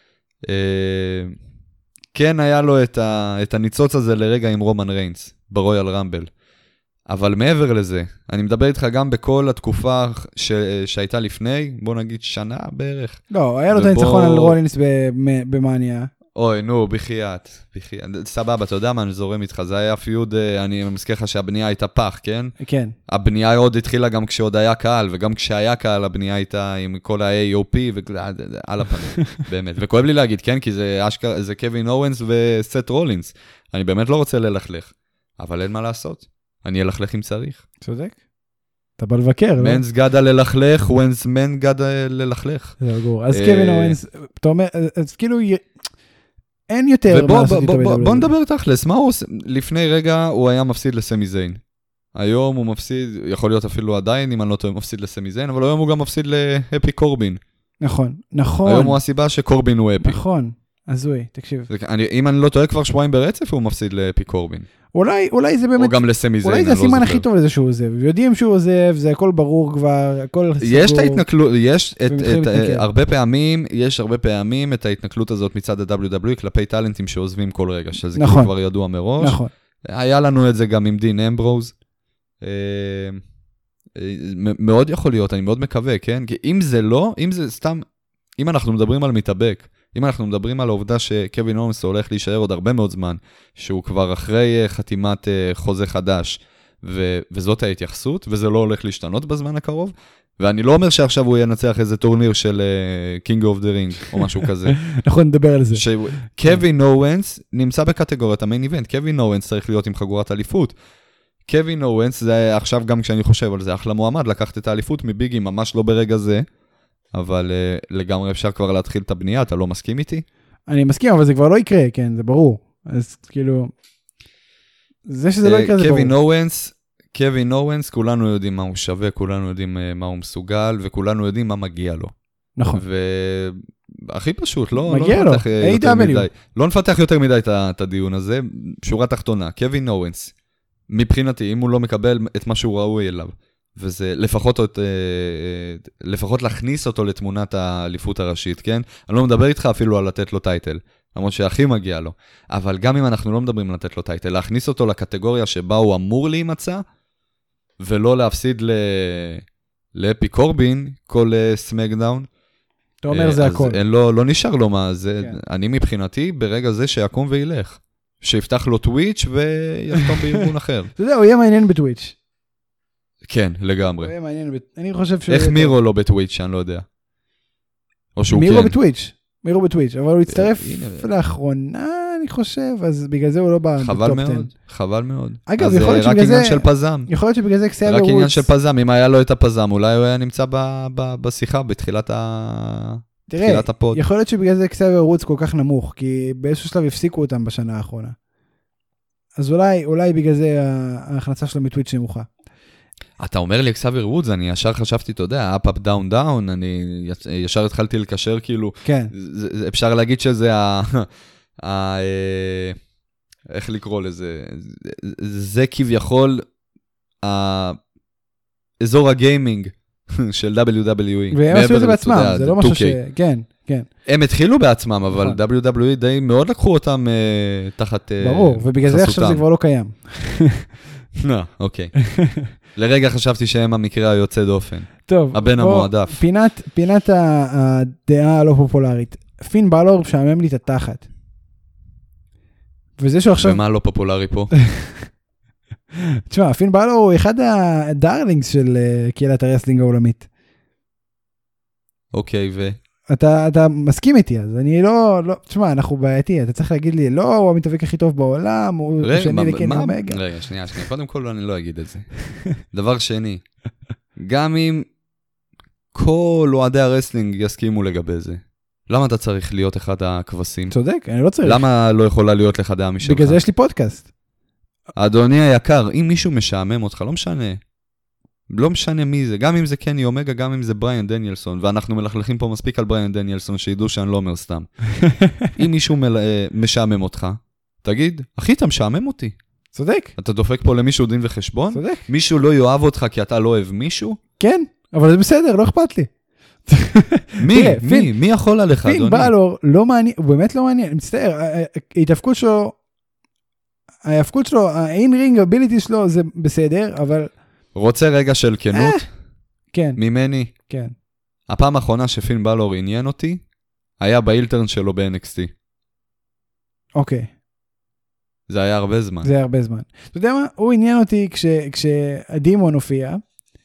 כן היה לו את הניצוץ הזה לרגע עם רומן ריינס, ברויאל רמבל. אבל מעבר לזה, אני מדבר איתך גם בכל התקופה ש... שהייתה לפני, בוא נגיד שנה בערך. לא, היה לו את הניצחון על רולינס במאניה. אוי, נו, בחייאת, בחייאת. סבבה, אתה יודע מה, אני זורם איתך, זה היה פיוד, אני מזכיר לך שהבנייה הייתה פח, כן? כן. הבנייה עוד התחילה גם כשעוד היה קהל, וגם כשהיה קהל, הבנייה הייתה עם כל ה-איי או פי, ועל הפנים, באמת. וכואב לי להגיד, כן? כי זה, אשכרה, זה קווין אורנס וסט רולינס. אני באמת לא רוצה ללכלך, אבל אין מה לעשות. אני אלכלך אם צריך. צודק. אתה בא לבקר, לא? מנס גדה ללכלך, ווינס מן גדה ללכלך. זה גור. אז קווין אורנס, אתה אומר, אז כאילו, אין יותר מה לעשות איתו בדאבליו. בוא נדבר תכלס, מה הוא עושה? לפני רגע הוא היה מפסיד לסמי זיין. היום הוא מפסיד, יכול להיות אפילו עדיין, אם אני לא טועה, מפסיד לסמי זיין, אבל היום הוא גם מפסיד להפי קורבין. נכון, נכון. היום הוא הסיבה שקורבין הוא הפי. נכון, הזוי, תקשיב. אם אני לא טועה כבר שבועיים ברצף, הוא מפסיד להפי קורבין. אולי, אולי זה באמת, או גם לסמי זיין, אולי זה הסימן הכי טוב לזה שהוא עוזב, יודעים שהוא עוזב, זה הכל ברור כבר, הכל סגור. יש את ההתנכלות, יש את, את, את, הרבה פעמים, יש הרבה פעמים את ההתנכלות הזאת מצד ה-דאבליו דאבליו אי כלפי טלנטים שעוזבים כל רגע, שזה נכון, כאילו כבר ידוע מראש. נכון. היה לנו את זה גם עם דין אמברוז. מאוד יכול להיות, אני מאוד מקווה, כן? כי אם זה לא, אם זה סתם, אם אנחנו מדברים על מתאבק, אם אנחנו מדברים על העובדה שקווין אורנס הולך להישאר עוד הרבה מאוד זמן, שהוא כבר אחרי חתימת חוזה חדש, ו- וזאת ההתייחסות, וזה לא הולך להשתנות בזמן הקרוב, ואני לא אומר שעכשיו הוא ינצח איזה טורניר של King of the Ring, או משהו כזה. נכון, נדבר על זה. קווין אורנס נמצא בקטגוריית המיין איבנט, קווין אורנס צריך להיות עם חגורת אליפות. קווין אורנס, זה עכשיו גם כשאני חושב על זה, אחלה מועמד, לקחת את האליפות מביגי, ממש לא ברגע זה, אבל uh, לגמרי אפשר כבר להתחיל את הבנייה, אתה לא מסכים איתי? אני מסכים, אבל זה כבר לא יקרה, כן, זה ברור. אז כאילו, זה שזה uh, לא יקרה זה ברור. קווין אורנס, קווין אורנס, כולנו יודעים מה הוא שווה, כולנו יודעים uh, מה הוא מסוגל, וכולנו יודעים מה מגיע לו. נכון. והכי פשוט, לא, מגיע לא, לו, נפתח יותר איי דאבליו. מדי, לא נפתח יותר מדי את, את הדיון הזה. שורה תחתונה, קווין אורנס, מבחינתי, אם הוא לא מקבל את מה שהוא ראוי אליו, וזה לפחות, את, לפחות להכניס אותו לתמונת האליפות הראשית, כן? אני לא מדבר איתך אפילו על לתת לו טייטל, למרות שהכי מגיע לו. אבל גם אם אנחנו לא מדברים על לתת לו טייטל, להכניס אותו לקטגוריה שבה הוא אמור להימצא, ולא להפסיד ל... לאפי קורבין, כל סמקדאון. אתה אומר זה הכל. אז לא, לא נשאר לו מה, זה, כן. אני מבחינתי ברגע זה שיקום וילך. שיפתח לו טוויץ' ויחתום בארגון אחר. אתה יודע, הוא יהיה מעניין בטוויץ'. כן, לגמרי. הוא יהיה מעניין, אני חושב ש... איך מירו לא בטוויץ', אני לא יודע. או שהוא כן. מירו בטוויץ', מירו בטוויץ', אבל הוא הצטרף לאחרונה, אני חושב, אז בגלל זה הוא לא בא חבל מאוד, חבל מאוד. אגב, יכול להיות שבגלל זה... רק עניין של פזם. יכול להיות שבגלל זה קסייבר רוץ. רק עניין של פזם, אם היה לו את הפזם, אולי הוא היה נמצא ב... ב... בשיחה, בתחילת ה... תראה, יכול להיות שבגלל זה קסייבר רוץ כל כך נמוך, כי באיזשהו שלב הפסיקו אותם בשנה האחרונה. אז אולי, אולי בגלל זה ההכנסה שלו מטוויץ' נמוכה. אתה אומר לי קסייבר רוץ, אני ישר חשבתי, אתה יודע, up up down down, אני ישר התחלתי לקשר כאילו, כן. אפשר להגיד שזה ה... ה... איך לקרוא לזה? זה כביכול אזור הגיימינג של דאבליו דאבליו אי. והם עשו את זה בעצמם, זה לא משהו ש... כן, כן. הם התחילו בעצמם, אבל דאבליו דאבליו אי די מאוד לקחו אותם תחת חסותם. ברור, ובגלל זה עכשיו זה כבר לא קיים. לא, אוקיי. לרגע חשבתי שהם המקרה היוצא דופן. טוב. הבן המועדף. פינת, פינת הדעה הלא פופולרית. פין בלור משעמם לי את התחת. וזה שעכשיו... ומה לא פופולרי פה? תשמע, פין בלור הוא אחד הדארלינגס של קהילת הרסלינג העולמית. אוקיי, ו... אתה, אתה מסכים איתי, אז אני לא, לא, תשמע, אנחנו בעייתי, אתה צריך להגיד לי, לא, הוא המתאבק הכי טוב בעולם, הוא שני לקני אומגה. רגע, שנייה, שנייה, קודם כל אני לא אגיד את זה. דבר שני, גם אם כל אוהדי הרסלינג יסכימו לגבי זה, למה אתה צריך להיות אחד הכבשים? צודק, אני לא צריך. למה לא יכולה להיות לך דעה משלך? בגלל זה יש לי פודקאסט. אדוני היקר, אם מישהו משעמם אותך, לא משנה. לא משנה מי זה, גם אם זה קני אומגה, גם אם זה בריאן דניאלסון, ואנחנו מלכלכים פה מספיק על בריאן דניאלסון, שידעו שאני לא אומר סתם. אם מישהו מל... משעמם אותך, תגיד, אחי, אתה משעמם אותי. צודק. אתה דופק פה למישהו דין וחשבון? צודק. מישהו לא יאהב אותך כי אתה לא אוהב מישהו? כן, אבל זה בסדר, לא אכפת לי. מי? תראה, מי? פין, מי יכול עליך, אדוני? פין בלור לא מעניין, הוא באמת לא מעניין, אני מצטער, ההתאבקות שלו, ההתאבקות שלו, האין-רינג אביליטי שלו זה בסדר, אבל... רוצה רגע של כנות? כן. ממני? כן. הפעם האחרונה שפין בלור עניין אותי, היה באילטרן שלו ב-אן אקס טי. אוקיי. זה היה הרבה זמן. זה היה הרבה זמן. אתה יודע מה? הוא עניין אותי כש, כשהדימון הופיע,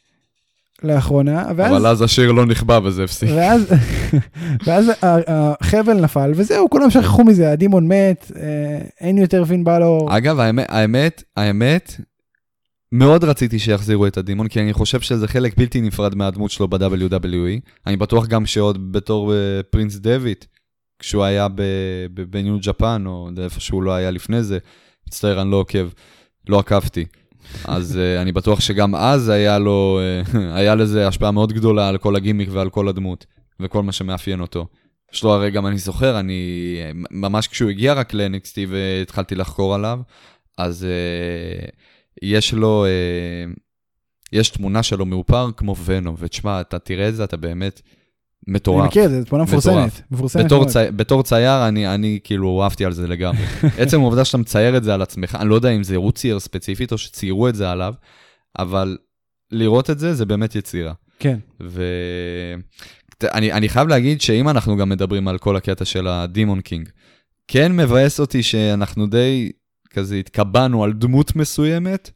לאחרונה, ואז... אבל אז השיר לא נכבה בזה, הפסיק. ואז, ואז החבל נפל, וזהו, כולם שכחו מזה, הדימון מת, אין יותר פין בלור. אגב, האמת, האמת, האמת, מאוד רציתי שיחזירו את הדימון, כי אני חושב שזה חלק בלתי נפרד מהדמות שלו ב-דאבליו דאבליו אי. אני בטוח גם שעוד בתור פרינס דויד, כשהוא היה בניו ג'פן, או איפה שהוא לא היה לפני זה, מצטער, אני לא עוקב, לא עקבתי. אז uh, אני בטוח שגם אז היה לו, uh, היה לזה השפעה מאוד גדולה על כל הגימיק ועל כל הדמות, וכל מה שמאפיין אותו. יש לו הרי גם אני זוכר, אני ממש כשהוא הגיע רק ל-אן אקס טי והתחלתי לחקור עליו, אז uh, יש לו, uh, יש תמונה שלו מאופר כמו ונום, ותשמע, אתה תראה את זה, אתה באמת מטורף. אני מכיר את זה, תמונה מפורסמת. מפורסמת בתור, צי, בתור צייר, אני, אני כאילו אהבתי על זה לגמרי. עצם העובדה שאתה מצייר את זה על עצמך, אני לא יודע אם זה הוא צייר ספציפית או שציירו את זה עליו, אבל לראות את זה, זה באמת יצירה. כן. ואני אני חייב להגיד שאם אנחנו גם מדברים על כל הקטע של הדימון קינג, כן מבאס אותי שאנחנו די כזה התקבענו על דמות מסוימת,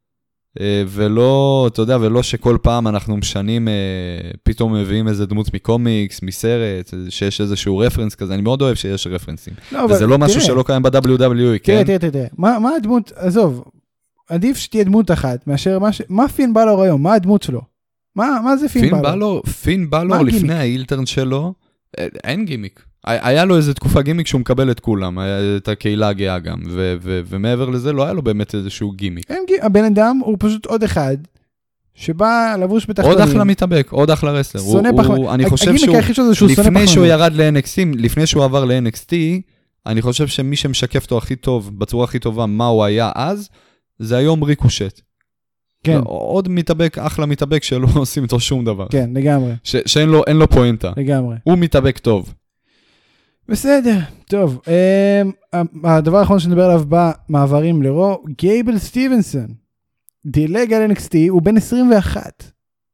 ולא, אתה יודע, ולא שכל פעם אנחנו משנים, פתאום מביאים איזה דמות מקומיקס, מסרט, שיש איזשהו רפרנס כזה, אני מאוד אוהב שיש רפרנסים. וזה לא משהו שלא קיים ב-דאבליו דאבליו אי, כן? תראה, תראה, תראה, מה הדמות, עזוב, עדיף שתהיה דמות אחת, מאשר מה פין בלור היום, מה הדמות שלו? מה זה פין בלור? פין בלור לפני האילטרן שלו, אין גימיק. היה לו איזו תקופה גימיק שהוא מקבל את כולם, את הקהילה הגאה גם, ומעבר לזה לא היה לו באמת איזשהו גימיק. הבן אדם הוא פשוט עוד אחד, שבא לבוש בתחתונים. עוד אחלה מתאבק, עוד אחלה רסלר. שונא פחמן. אני חושב שהוא, לפני שהוא ירד ל-אן אקס טי, לפני שהוא עבר ל-אן אקס טי, אני חושב שמי שמשקף אותו הכי טוב, בצורה הכי טובה, מה הוא היה אז, זה היום ריקושט. כן. עוד מתאבק, אחלה מתאבק, שלא עושים איתו שום דבר. כן, לגמרי. ש- שאין לו, אין לו פואנטה. לגמרי. הוא מתאבק טוב. בסדר, טוב. הדבר האחרון שנדבר עליו במעברים לרו, גייבל סטיבנסון. דילג על אן אקס טי, הוא בן עשרים ואחת.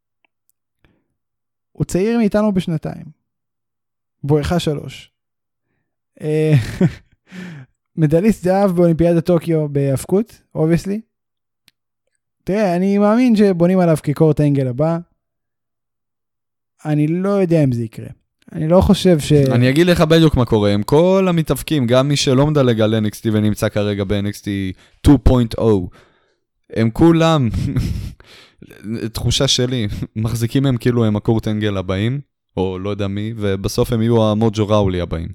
הוא צעיר מאיתנו בשנתיים. בואכה שלוש. מדליסט זהב באולימפיאדת טוקיו בהפקות, obviously. תראה, אני מאמין שבונים עליו כקורט אנגל הבא. אני לא יודע אם זה יקרה. אני לא חושב ש... אני אגיד לך בדיוק מה קורה. הם כל המתאבקים, גם מי שלא מדלג על אן אקס טי ונמצא כרגע ב-אן אקס טי שתיים נקודה אפס, הם כולם, תחושה שלי, מחזיקים הם כאילו הם הקורט אנגל הבאים, או לא יודע מי, ובסוף הם יהיו המוג'ו ראולי הבאים.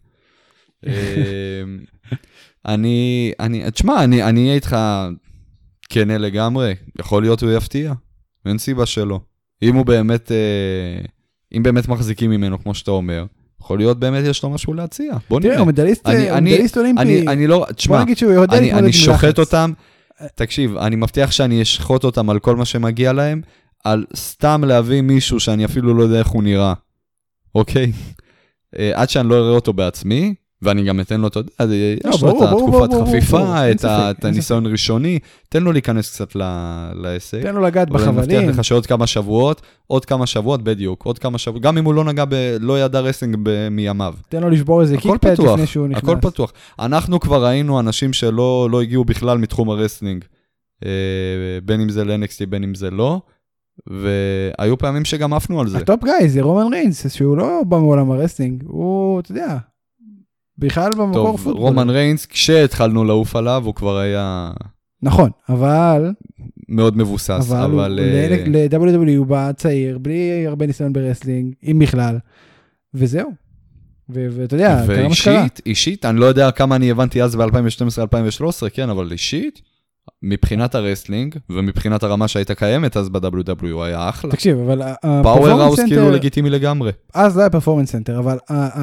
אני, אני, תשמע, אני אהיה איתך כנה לגמרי, יכול להיות הוא יפתיע, אין סיבה שלא. אם הוא באמת, אם באמת מחזיקים ממנו, כמו שאתה אומר, יכול להיות באמת יש לו משהו להציע. בוא נראה. תראה, הוא מדליסט אולימפי. אני, אני לא, תשמע, אני, אני שוחט אותם, תקשיב, אני מבטיח שאני אשחוט אותם על כל מה שמגיע להם, על סתם להביא מישהו שאני אפילו לא יודע איך הוא נראה. אוקיי? עד שאני לא אראה אותו בעצמי, ואני גם אתן לו, אתה יודע, יש לו את התקופת חפיפה, את הניסיון ראשוני, תן לו להיכנס קצת לעסק. תן לו לגעת בחבלים. אני מבטיח לך שעוד כמה שבועות, עוד כמה שבועות בדיוק, עוד כמה שבועות, גם אם הוא לא נגע, לא ידע רסלינג מימיו. תן לו לשבור איזה קיקפד לפני שהוא נכנס. הכל פתוח. אנחנו כבר ראינו אנשים שלא הגיעו בכלל מתחום הרסלינג, בין אם זה ל-אן אקס טי, בין אם זה לא, והיו פעמים שגם עפנו על זה. הטופ גאי זה רומן ריינס, שהוא לא בא מעולם הרסלינג, הוא, אתה יודע, בכלל במקור פוטבול. רומן ריינס, כשהתחלנו לעוף עליו, הוא כבר היה... נכון, אבל... מאוד מבוסס, אבל... ל-דאבליו דאבליו הוא בא צעיר, בלי הרבה ניסיון ברסלינג, אם בכלל, וזהו. ואתה יודע, קרה מה שקרה. ואישית, אישית, אני לא יודע כמה אני הבנתי אז ב-אלפיים ושתים עשרה אלפיים ושלוש עשרה, כן, אבל אישית, מבחינת הרסלינג, ומבחינת הרמה שהייתה קיימת, אז ב-דאבליו דאבליו הוא היה אחלה. תקשיב, אבל... פאוור האוס כאילו לגיטימי לגמרי. אז לא היה פרפורמנס סנטר, אבל...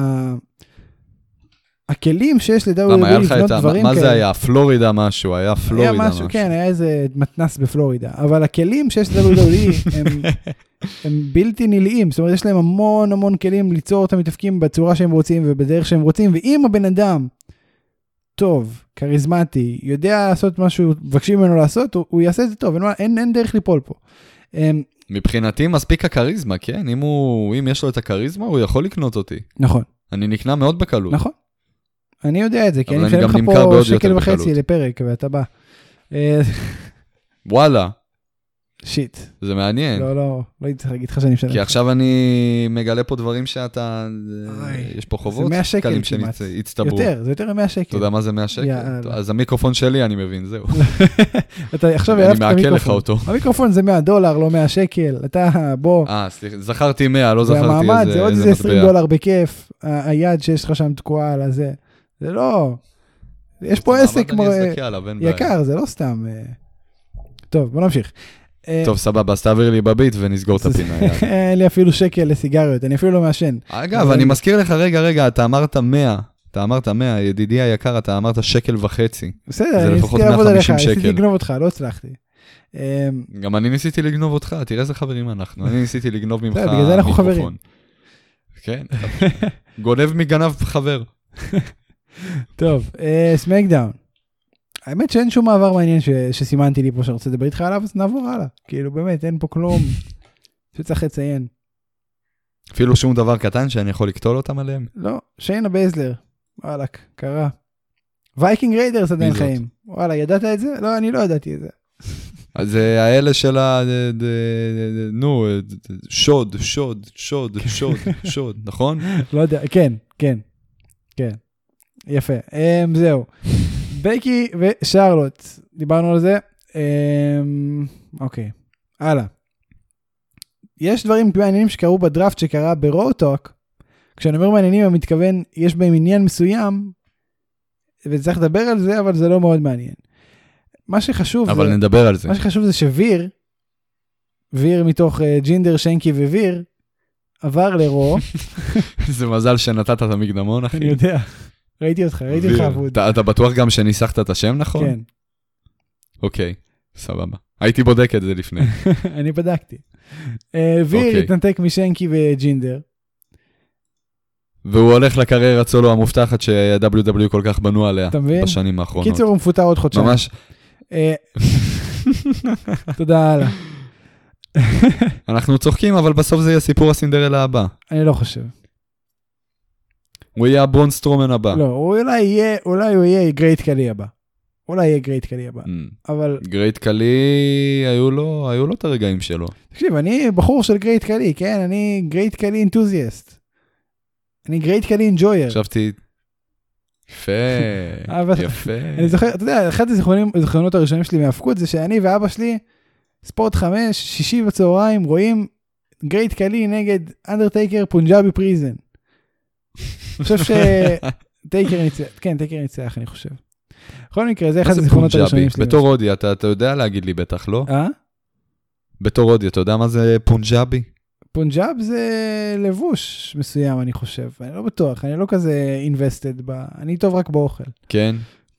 הכלים שיש לדאבליו דאבליו לבנות דברים כאלה. מה זה היה? פלורידה משהו, היה פלורידה משהו. כן, היה איזה מתנס בפלורידה. אבל הכלים שיש לדאבליו דאבליו הם בלתי נלאים. זאת אומרת, יש להם המון המון כלים ליצור אותם מתאפקים בצורה שהם רוצים ובדרך שהם רוצים. ואם הבן אדם טוב, כריזמטי, יודע לעשות משהו, מבקשים ממנו לעשות, הוא יעשה את זה טוב. אין דרך ליפול פה. מבחינתי מספיק הכריזמה, כן? אם יש לו את הכריזמה, הוא יכול לקנות אותי. נכון. אני נקנה מאוד בקלות. נכון. אני יודע את זה, כי אני משלם לך פה שקל וחצי לפרק, ואתה בא. וואלה. שיט. זה מעניין. לא, לא, לא הייתי צריך להגיד לך שאני משלם. כי עכשיו אני מגלה פה דברים שאתה, יש פה חובות. זה מאה שקל כמעט. יותר, זה יותר מאה שקל. אתה יודע מה זה מאה שקל? אז המיקרופון שלי אני מבין, זהו. אני מעכל לך אותו. המיקרופון זה מאה דולר, לא מאה שקל. אתה, בוא. אה, סליחה, זכרתי מאה, לא זכרתי איזה מטבע. זה המעמד, זה עוד איזה עשרים דולר בכיף. היד שיש לך שם תקועה על הזה. זה לא, יש פה עסק יקר, זה לא סתם. טוב, בוא נמשיך. טוב, סבבה, אז תעביר לי בביט ונסגור את הפינה. אין לי אפילו שקל לסיגריות, אני אפילו לא מעשן. אגב, אני מזכיר לך, רגע, רגע, אתה אמרת מאה, אתה אמרת מאה, ידידי היקר, אתה אמרת שקל וחצי. בסדר, אני ניסיתי לעבוד עליך, ניסיתי לגנוב אותך, לא הצלחתי. גם אני ניסיתי לגנוב אותך, תראה איזה חברים אנחנו, אני ניסיתי לגנוב ממך בגלל זה אנחנו חברים. כן, גונב מגנב חבר. טוב, סמקדאון. האמת שאין שום מעבר מעניין שסימנתי לי פה שרוצה לדבר איתך עליו, אז נעבור הלאה. כאילו באמת, אין פה כלום שצריך לציין. אפילו שום דבר קטן שאני יכול לקטול אותם עליהם? לא, שיינה בייזלר. וואלק, קרה. וייקינג ריידרס עדיין חיים. וואלה, ידעת את זה? לא, אני לא ידעתי את זה. אז זה האלה של ה... נו, שוד, שוד, שוד, שוד, שוד, נכון? לא יודע, כן, כן, כן. יפה, זהו. בקי ושרלוט, דיברנו על זה. אוקיי, הלאה. יש דברים מעניינים שקרו בדראפט שקרה ברוטוק. כשאני אומר מעניינים, אני מתכוון, יש בהם עניין מסוים, וצריך לדבר על זה, אבל זה לא מאוד מעניין. מה שחשוב אבל זה... נדבר על זה. מה שחשוב זה שוויר, ויר מתוך ג'ינדר, שנקי וויר, עבר לרו. זה מזל שנתת את המקדמון, אחי. אני יודע. ראיתי אותך, ראיתי אותך עבוד. אתה בטוח גם שניסחת את השם, נכון? כן. אוקיי, סבבה. הייתי בודק את זה לפני. אני בדקתי. ויר התנתק משנקי וג'ינדר. והוא הולך לקריירת סולו המובטחת ש-דאבליו דאבליו כל כך בנו עליה בשנים האחרונות. קיצור הוא מפוטר עוד חודשיים. ממש. תודה הלאה. אנחנו צוחקים, אבל בסוף זה יהיה סיפור הסינדרלה הבא. אני לא חושב. הוא יהיה הברון סטרומן הבא. לא, אולי יהיה, אולי הוא יהיה גרייט קלי הבא. אולי יהיה גרייט קלי הבא. אבל... גרייט קלי, היו לו, היו לו את הרגעים שלו. תקשיב, אני בחור של גרייט קלי, כן? אני גרייט קלי אינתוזיאסט. אני גרייט קלי אינג'ויר. חשבתי... יפה, יפה. אני זוכר, אתה יודע, אחד הזיכרונות הראשונים שלי מהפקות זה שאני ואבא שלי, ספורט חמש, שישי בצהריים, רואים גרייט קלי נגד אנדרטייקר פונג'אבי פריזן. אני חושב שטייקר ניצח, כן, טייקר ניצח, אני חושב. בכל מקרה, זה אחד הזיכרונות הראשונים שלי. בתור הודי, אתה יודע להגיד לי בטח, לא? אה? בתור הודי, אתה יודע מה זה פונג'אבי? פונג'אב זה לבוש מסוים, אני חושב. אני לא בטוח, אני לא כזה invested ב... אני טוב רק באוכל. כן.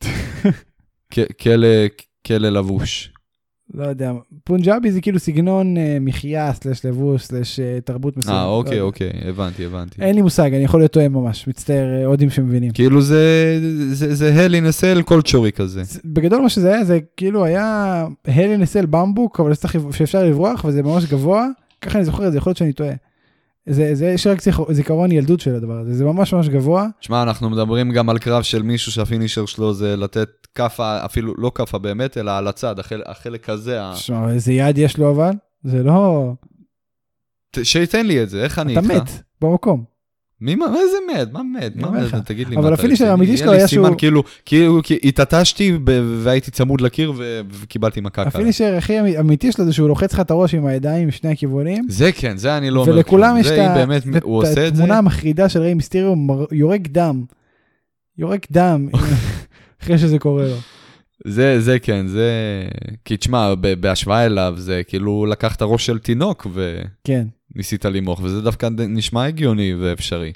כלא לבוש. לא יודע. פונג'אבי זה כאילו סגנון מחיה, סלש לבוש, סלש תרבות מסוים. אה, אוקיי, אוקיי. הבנתי, הבנתי. אין לי מושג, אני יכול להיות טועה ממש. מצטער, הודים שמבינים. כאילו זה, זה hell in a cell קולצ'ורי כזה. בגדול מה שזה היה, זה כאילו היה hell in a cell במבוק, אבל שאפשר לברוח, וזה ממש גבוה. ככה אני זוכר את זה, יכול להיות שאני טועה. זה, זה, יש רק זיכרון ילדות של הדבר הזה, זה ממש ממש גבוה. תשמע, אנחנו מדברים גם על קרב של מישהו שהפינישר שלו זה לתת כפה, אפילו לא כפה באמת, אלא על הצד, החל, החלק הזה. תשמע, איזה יד יש לו אבל? זה לא... שייתן לי את זה, איך אני איתך? אתה מת, במקום. מי, מה, איזה מת? מה מת? מה מת? תגיד לי מה אתה... אבל הפינישר האמיתי שלו היה שהוא... כאילו, כאילו, התעטשתי והייתי צמוד לקיר וקיבלתי מכה קלה. הפינישר הכי אמיתי שלו זה שהוא לוחץ לך את הראש עם הידיים משני הכיוונים. זה כן, זה אני לא אומר. ולכולם יש את התמונה המחרידה של ריי מיסטריו, יורק דם. יורק דם, אחרי שזה קורה לו. זה, זה כן, זה... כי תשמע, בהשוואה אליו, זה כאילו לקח את הראש של תינוק ו... כן. ניסית למוח, וזה דווקא נשמע הגיוני ואפשרי.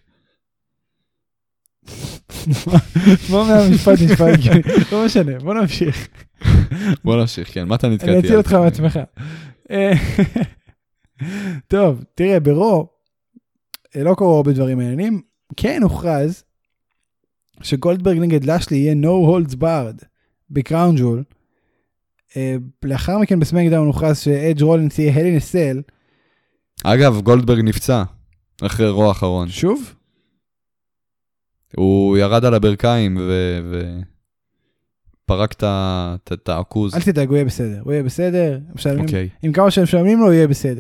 מה מהמשפט נשמע הגיוני? לא משנה, בוא נמשיך. בוא נמשיך, כן, מה אתה נתקעתי? אני אציל אותך מעצמך. טוב, תראה, ברו, לא קוראו בדברים העניינים, כן הוכרז שגולדברג נגד לשלי יהיה no holds barred בקראון ג'ול. לאחר מכן בסמקדאון הוכרז שאדג' רולינס יהיה hell in a cell. אגב, גולדברג נפצע אחרי רוע האחרון. שוב? הוא ירד על הברכיים ופרק את העכוז. אל תדאג, הוא יהיה בסדר. הוא יהיה בסדר. עם כמה שהם משלמים לו, הוא יהיה בסדר.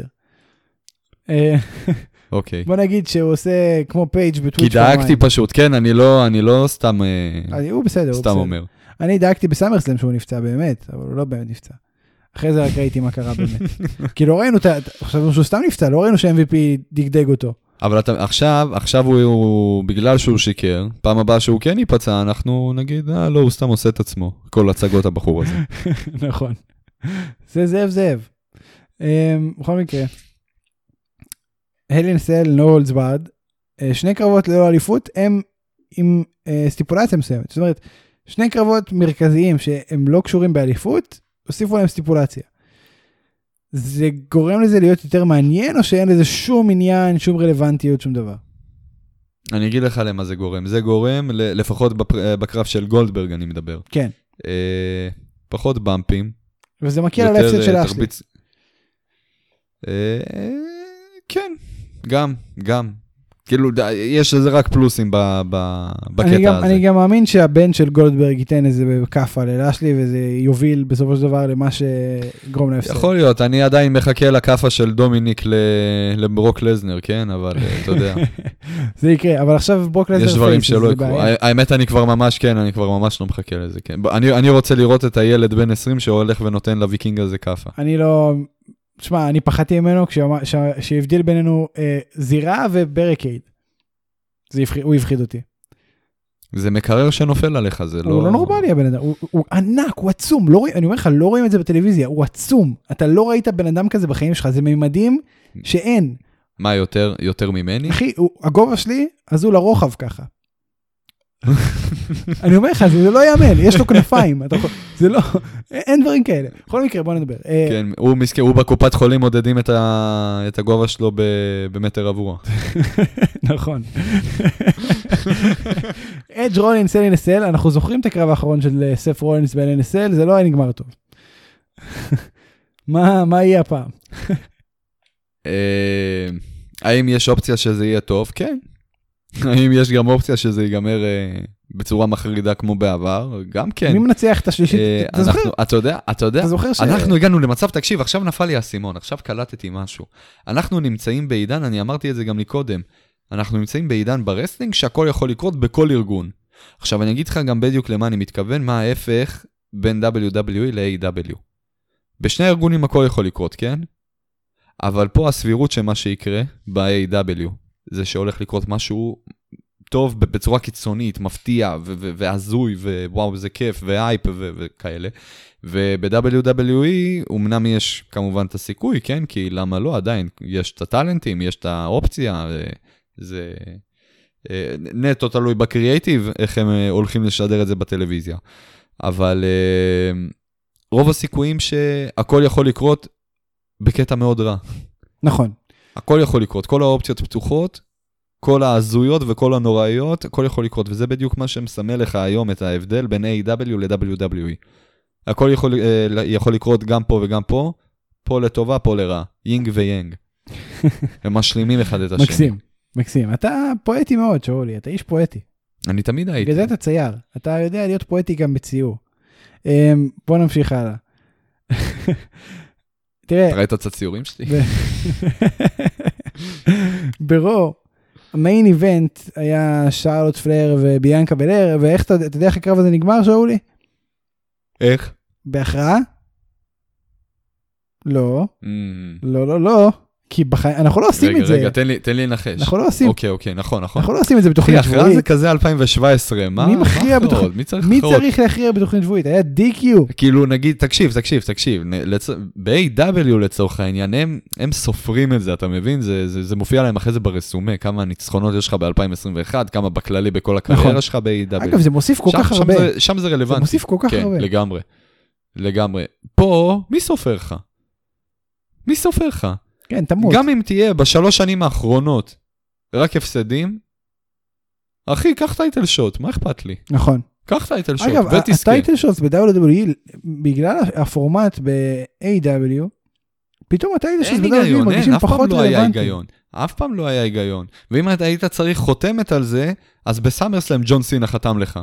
אוקיי. בוא נגיד שהוא עושה כמו פייג' בטוויץ'. כי דאגתי פשוט, כן, אני לא סתם הוא בסדר, הוא בסדר. אומר. אני דאגתי בסמרסלם שהוא נפצע באמת, אבל הוא לא באמת נפצע. אחרי זה רק ראיתי מה קרה באמת. כי לא ראינו, חשבנו שהוא סתם נפצע, לא ראינו ש-אם וי פי דגדג אותו. אבל אתה, עכשיו, עכשיו הוא, הוא, בגלל שהוא שיקר, פעם הבאה שהוא כן ייפצע, אנחנו נגיד, אה, לא, הוא סתם עושה את עצמו, כל הצגות הבחור הזה. נכון. זה זאב זאב. בכל מקרה, הל אין סל, no holds barred, שני קרבות ללא אליפות, הם עם סטיפולציה מסוימת. זאת אומרת, שני קרבות מרכזיים שהם לא קשורים באליפות, הוסיפו להם סטיפולציה. זה גורם לזה להיות יותר מעניין, או שאין לזה שום עניין, שום רלוונטיות, שום דבר? אני אגיד לך למה זה גורם. זה גורם, לפחות בקרב של גולדברג אני מדבר. כן. אה, פחות במפים. וזה מכיר על ההפסד של אשלי. אה, כן, גם, גם. כאילו, יש לזה רק פלוסים בקטע הזה. אני גם מאמין שהבן של גולדברג ייתן איזה כפה לאשלי, וזה יוביל בסופו של דבר למה שגרום להפסד. יכול להיות, אני עדיין מחכה לכפה של דומיניק לברוק לזנר, כן? אבל אתה יודע. זה יקרה, אבל עכשיו ברוק לזנר... יש דברים שלא יקרו. האמת, אני כבר ממש, כן, אני כבר ממש לא מחכה לזה, כן. אני רוצה לראות את הילד בן עשרים שהולך ונותן לוויקינג הזה כפה. אני לא... תשמע, אני פחדתי ממנו שהבדיל בינינו זירה וברקייד. הוא יפחיד אותי. זה מקרר שנופל עליך, זה לא... הוא לא נורמלי הבן אדם, הוא, הוא ענק, הוא עצום, לא, אני אומר לך, לא רואים את זה בטלוויזיה, הוא עצום, אתה לא ראית בן אדם כזה בחיים שלך, זה מימדים שאין. מה, יותר, יותר ממני? אחי, הוא, הגובה שלי, אז הוא לרוחב ככה. אני אומר לך, זה לא יאמן, יש לו כנפיים, זה לא, אין דברים כאלה. בכל מקרה, בוא נדבר. כן, הוא מסכן, הוא בקופת חולים מודדים את הגובה שלו במטר עבורה. נכון. אדג' רולינס, אל אן אס אל, אנחנו זוכרים את הקרב האחרון של סף רולינס ב-אל אן אס אל, זה לא היה נגמר טוב. מה יהיה הפעם? האם יש אופציה שזה יהיה טוב? כן. האם יש גם אופציה שזה ייגמר בצורה מחרידה כמו בעבר? גם כן. מי מנצח את השלישית? אתה זוכר? אתה יודע, אתה יודע, אנחנו הגענו למצב, תקשיב, עכשיו נפל לי הסימון, עכשיו קלטתי משהו. אנחנו נמצאים בעידן, אני אמרתי את זה גם מקודם, אנחנו נמצאים בעידן ברסלינג שהכל יכול לקרות בכל ארגון. עכשיו אני אגיד לך גם בדיוק למה אני מתכוון, מה ההפך בין דאבליו דאבליו אי ל-איי דאבליו. בשני ארגונים הכל יכול לקרות, כן? אבל פה הסבירות שמה שיקרה ב-איי דאבליו, זה שהולך לקרות משהו טוב בצורה קיצונית, מפתיע והזוי, ווואו זה כיף, והייפ וכאלה. וב-דאבליו דאבליו אי, אמנם יש כמובן את הסיכוי, כן? כי למה לא? עדיין יש את הטלנטים, יש את האופציה, זה נטו תלוי בקריאייטיב, איך הם הולכים לשדר את זה בטלוויזיה. אבל רוב הסיכויים שהכל יכול לקרות בקטע מאוד רע. נכון. הכל יכול לקרות, כל האופציות פתוחות, כל ההזויות וכל הנוראיות, הכל יכול לקרות, וזה בדיוק מה שמסמל לך היום את ההבדל בין איי דאבליו ל-דאבליו דאבליו אי. הכל יכול, יכול לקרות גם פה וגם פה, פה לטובה, פה לרע, יינג ויינג. הם משלימים אחד את השני. מקסים, מקסים. אתה פואטי מאוד, שאולי, אתה איש פואטי. אני תמיד הייתי. בגלל זה אתה צייר, אתה יודע להיות פואטי גם בציור. בוא נמשיך הלאה. תראה. אתה ראית את הציורים שלי? ברו, המיין איבנט היה שרלוט פלר וביאנקה בלר, ואיך אתה, אתה יודע איך הקרב הזה נגמר, שאולי? איך? בהכרעה? לא. Mm. לא, לא, לא. כי בחיים, אנחנו לא עושים רגע, את זה. רגע, רגע, תן לי, תן לי לנחש. אנחנו לא עושים. אוקיי, אוקיי, נכון, נכון. אנחנו לא עושים את זה בתוכנית שבועית. אחרי זה כזה אלפיים שבע עשרה, מה? מי מכריע בתוכנית? מי צריך מי צריך להכריע בתוכנית שבועית? היה די קיו. כאילו, נגיד, תקשיב, תקשיב, תקשיב. ב-איי דאבליו לצורך העניין, הם, הם סופרים את זה, אתה מבין? זה, זה, זה מופיע להם אחרי זה ברסומה, כמה ניצחונות יש לך ב-אלפיים עשרים ואחת, כמה בכללי בכל הקריירה שלך ב-איי דאבליו. אגב, זה מוסיף כל כך הרבה. שם זה רלוונטי. זה מוסיף כל כך הרבה. כן, לגמרי. לגמרי. פה, מי סופר לך? מי סופר לך? כן, תמות. גם אם תהיה בשלוש שנים האחרונות רק הפסדים, אחי, קח טייטל שוט, מה אכפת לי? נכון. קח טייטל שוט, ותסכה. אגב, הטייטל שוט ב-דאבליו דאבליו אי, בגלל הפורמט ב-איי דאבליו, פתאום הטייטל שוט ב-דאבליו דאבליו אי מרגישים פחות רלוונטיים. אף פעם לא היה היגיון. ואם היית צריך חותמת על זה, אז בסאמרסלאם ג'ון סינה חתם לך.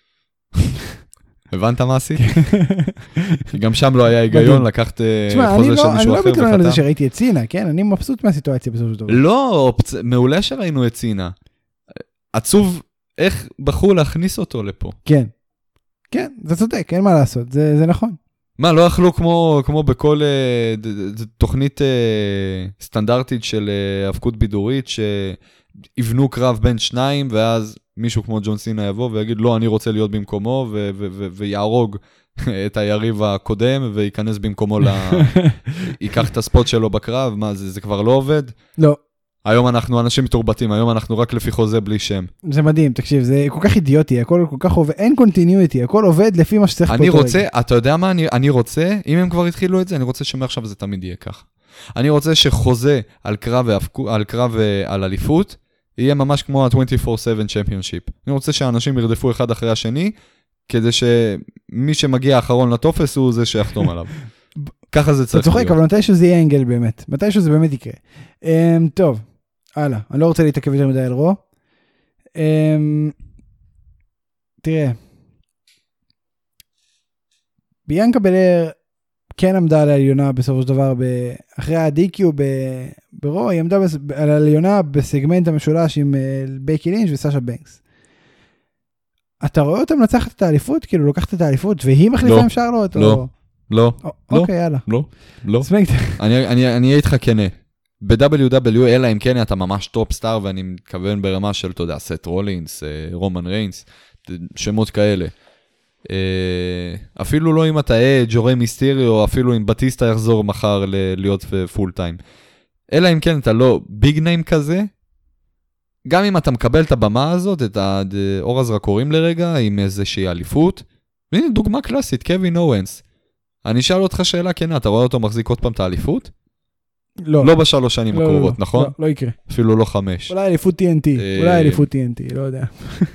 הבנת מה עשית? גם שם לא היה היגיון לקחת חוזה של מישהו אחר. אני לא מתכוון על זה שראיתי את סינה, כן? אני מבסוט מהסיטואציה בסופו של דבר. לא, מעולה שראינו את סינה. עצוב איך בחרו להכניס אותו לפה. כן. כן, זה צודק, אין מה לעשות, זה נכון. מה, לא אכלו כמו בכל תוכנית סטנדרטית של הפקות בידורית, שיבנו קרב בין שניים, ואז מישהו כמו ג'ון סינה יבוא ויגיד, לא, אני רוצה להיות במקומו, ויהרוג את היריב הקודם, וייכנס במקומו, ייקח את הספוט שלו בקרב, מה, זה כבר לא עובד? לא. היום אנחנו אנשים מתורבתים, היום אנחנו רק לפי חוזה בלי שם. זה מדהים, תקשיב, זה כל כך אידיוטי, הכל כל כך עובד, אין קונטיניויטי, הכל עובד לפי מה שצריך פה. אני רוצה, אתה יודע מה, אני, אני רוצה, אם הם כבר התחילו את זה, אני רוצה שמעכשיו זה תמיד יהיה כך. אני רוצה שחוזה על קרב, על קרב על אליפות, יהיה ממש כמו ה-עשרים וארבע שבע Championship. אני רוצה שאנשים ירדפו אחד אחרי השני, כדי שמי שמגיע האחרון לטופס הוא זה שיחתום עליו. ככה זה צריך להיות. אתה צוחק, אבל מתישהו זה יהיה אנגל באמת. מתישהו זה באמת יקרה. טוב. הלאה, אני לא רוצה להתעכב יותר מדי על רו. תראה, ביאנקה בלר כן עמדה על העליונה בסופו של דבר, אחרי ה-די קיו ברו, היא עמדה על העליונה בסגמנט המשולש עם בייקי לינץ' וסאשה בנקס. אתה רואה אותה מנצחת את האליפות? כאילו לוקחת את האליפות והיא מחליפה עם שרלוט? לא, לא, אוקיי, יאללה. לא, לא. אני אהיה איתך כנה. ב-דאבליו דאבליו אי, אלא אם כן אתה ממש טופ סטאר, ואני מתכוון ברמה של, אתה יודע, סט רולינס, רומן ריינס, שמות כאלה. אפילו לא אם אתה אג' או ריי מיסטריו, או אפילו אם בטיסטה יחזור מחר להיות פול טיים. אלא אם כן אתה לא ביג ניים כזה, גם אם אתה מקבל את הבמה הזאת, את האור הזרקורים לרגע, עם איזושהי אליפות, והנה דוגמה קלאסית, קווין אוונס. אני אשאל אותך שאלה כנה, אתה רואה אותו מחזיק עוד פעם את האליפות? לא. לא בשלוש שנים לא, הקרובות, לא, נכון? לא, לא יקרה. אפילו לא חמש. אולי אליפות טי אן טי, אולי אליפות טי אן טי, לא יודע.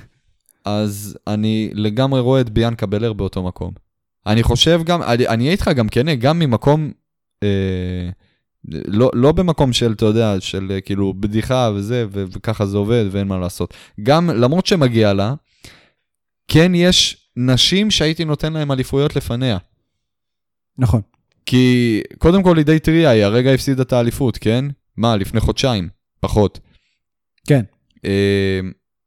אז אני לגמרי רואה את ביאנקה בלר באותו מקום. אני חושב גם, אני, אני אהיה איתך גם כן, גם ממקום, אה, לא, לא במקום של, אתה יודע, של כאילו בדיחה וזה, ו- וככה זה עובד ואין מה לעשות. גם למרות שמגיע לה, כן יש נשים שהייתי נותן להם אליפויות לפניה. נכון. כי קודם כל לידי טריה, היא הרגע הפסידה את האליפות, כן? מה, לפני חודשיים, פחות. כן. אה,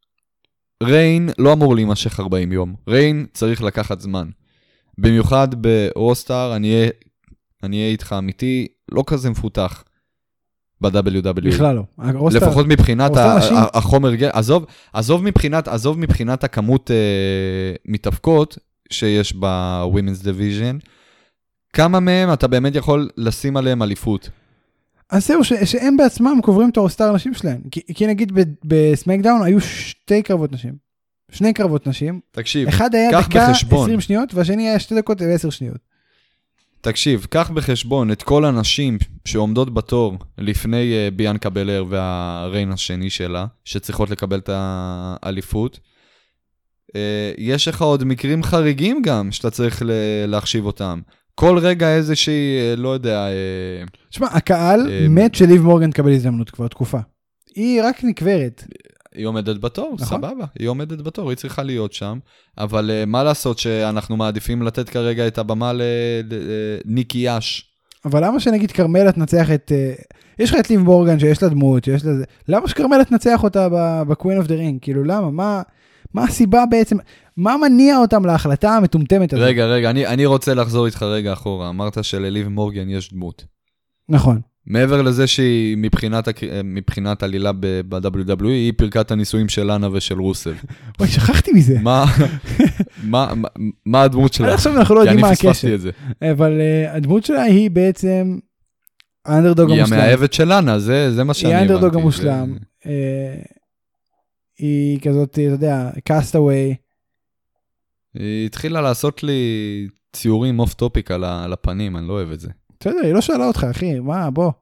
ריין לא אמור להימשך ארבעים יום. ריין צריך לקחת זמן. במיוחד ברוסטאר, אני אהיה איתך אמיתי, לא כזה מפותח ב-דאבליו דאבליו איי. בכלל לא. לפחות מבחינת החומר, עזוב, עזוב מבחינת, עזוב מבחינת הכמות מתאבקות שיש ב-Women's Division, כמה מהם אתה באמת יכול לשים עליהם אליפות? אז זהו, ש- שהם בעצמם קוברים את הרוסטר הנשים שלהם. כי, כי נגיד בסמקדאון היו שתי קרבות נשים. שני קרבות נשים. תקשיב, אחד היה דקה בחשבון. עשרים שניות, והשני היה שתי דקות ועשר שניות. תקשיב, קח בחשבון את כל הנשים שעומדות בתור לפני uh, ביאנקה בלר והריין השני שלה, שצריכות לקבל את האליפות. Uh, יש לך עוד מקרים חריגים גם, שאתה צריך להחשיב אותם. כל רגע איזושהי, לא יודע... תשמע, הקהל מת שליב מורגן תקבל הזדמנות כבר תקופה. היא רק נקברת. היא עומדת בתור, סבבה. היא עומדת בתור, היא צריכה להיות שם. אבל מה לעשות שאנחנו מעדיפים לתת כרגע את הבמה לניקי יאש? אבל למה שנגיד קרמלה תנצח את... יש לך את ליב מורגן שיש לה דמות, שיש לה... למה שקרמלה תנצח אותה ב-Queen of the Ring? כאילו, למה? מה... מה הסיבה בעצם, מה מניע אותם להחלטה המטומטמת הזאת? רגע, רגע, אני, אני רוצה לחזור איתך רגע אחורה. אמרת שלליב מורגן יש דמות. נכון. מעבר לזה שהיא מבחינת, מבחינת עלילה ב-דאבליו דאבליו איי, היא פרקת את הניסויים של לאנה ושל רוסל. אוי, שכחתי מזה. מה, מה, מה, מה הדמות שלה? עכשיו אנחנו לא יודעים מה הקשר. כי אני פספסתי את זה. אבל uh, הדמות שלה היא בעצם האנדרדוג המושלם. היא המאהבת של לאנה, זה, זה מה שאני הבנתי. היא האנדרדוג המושלם. זה... Uh, היא כזאת, אתה יודע, קאסטאווי. היא התחילה לעשות לי ציורים אוף טופיק על הפנים, אני לא אוהב את זה. בסדר, היא לא שאלה אותך, אחי, מה, בוא.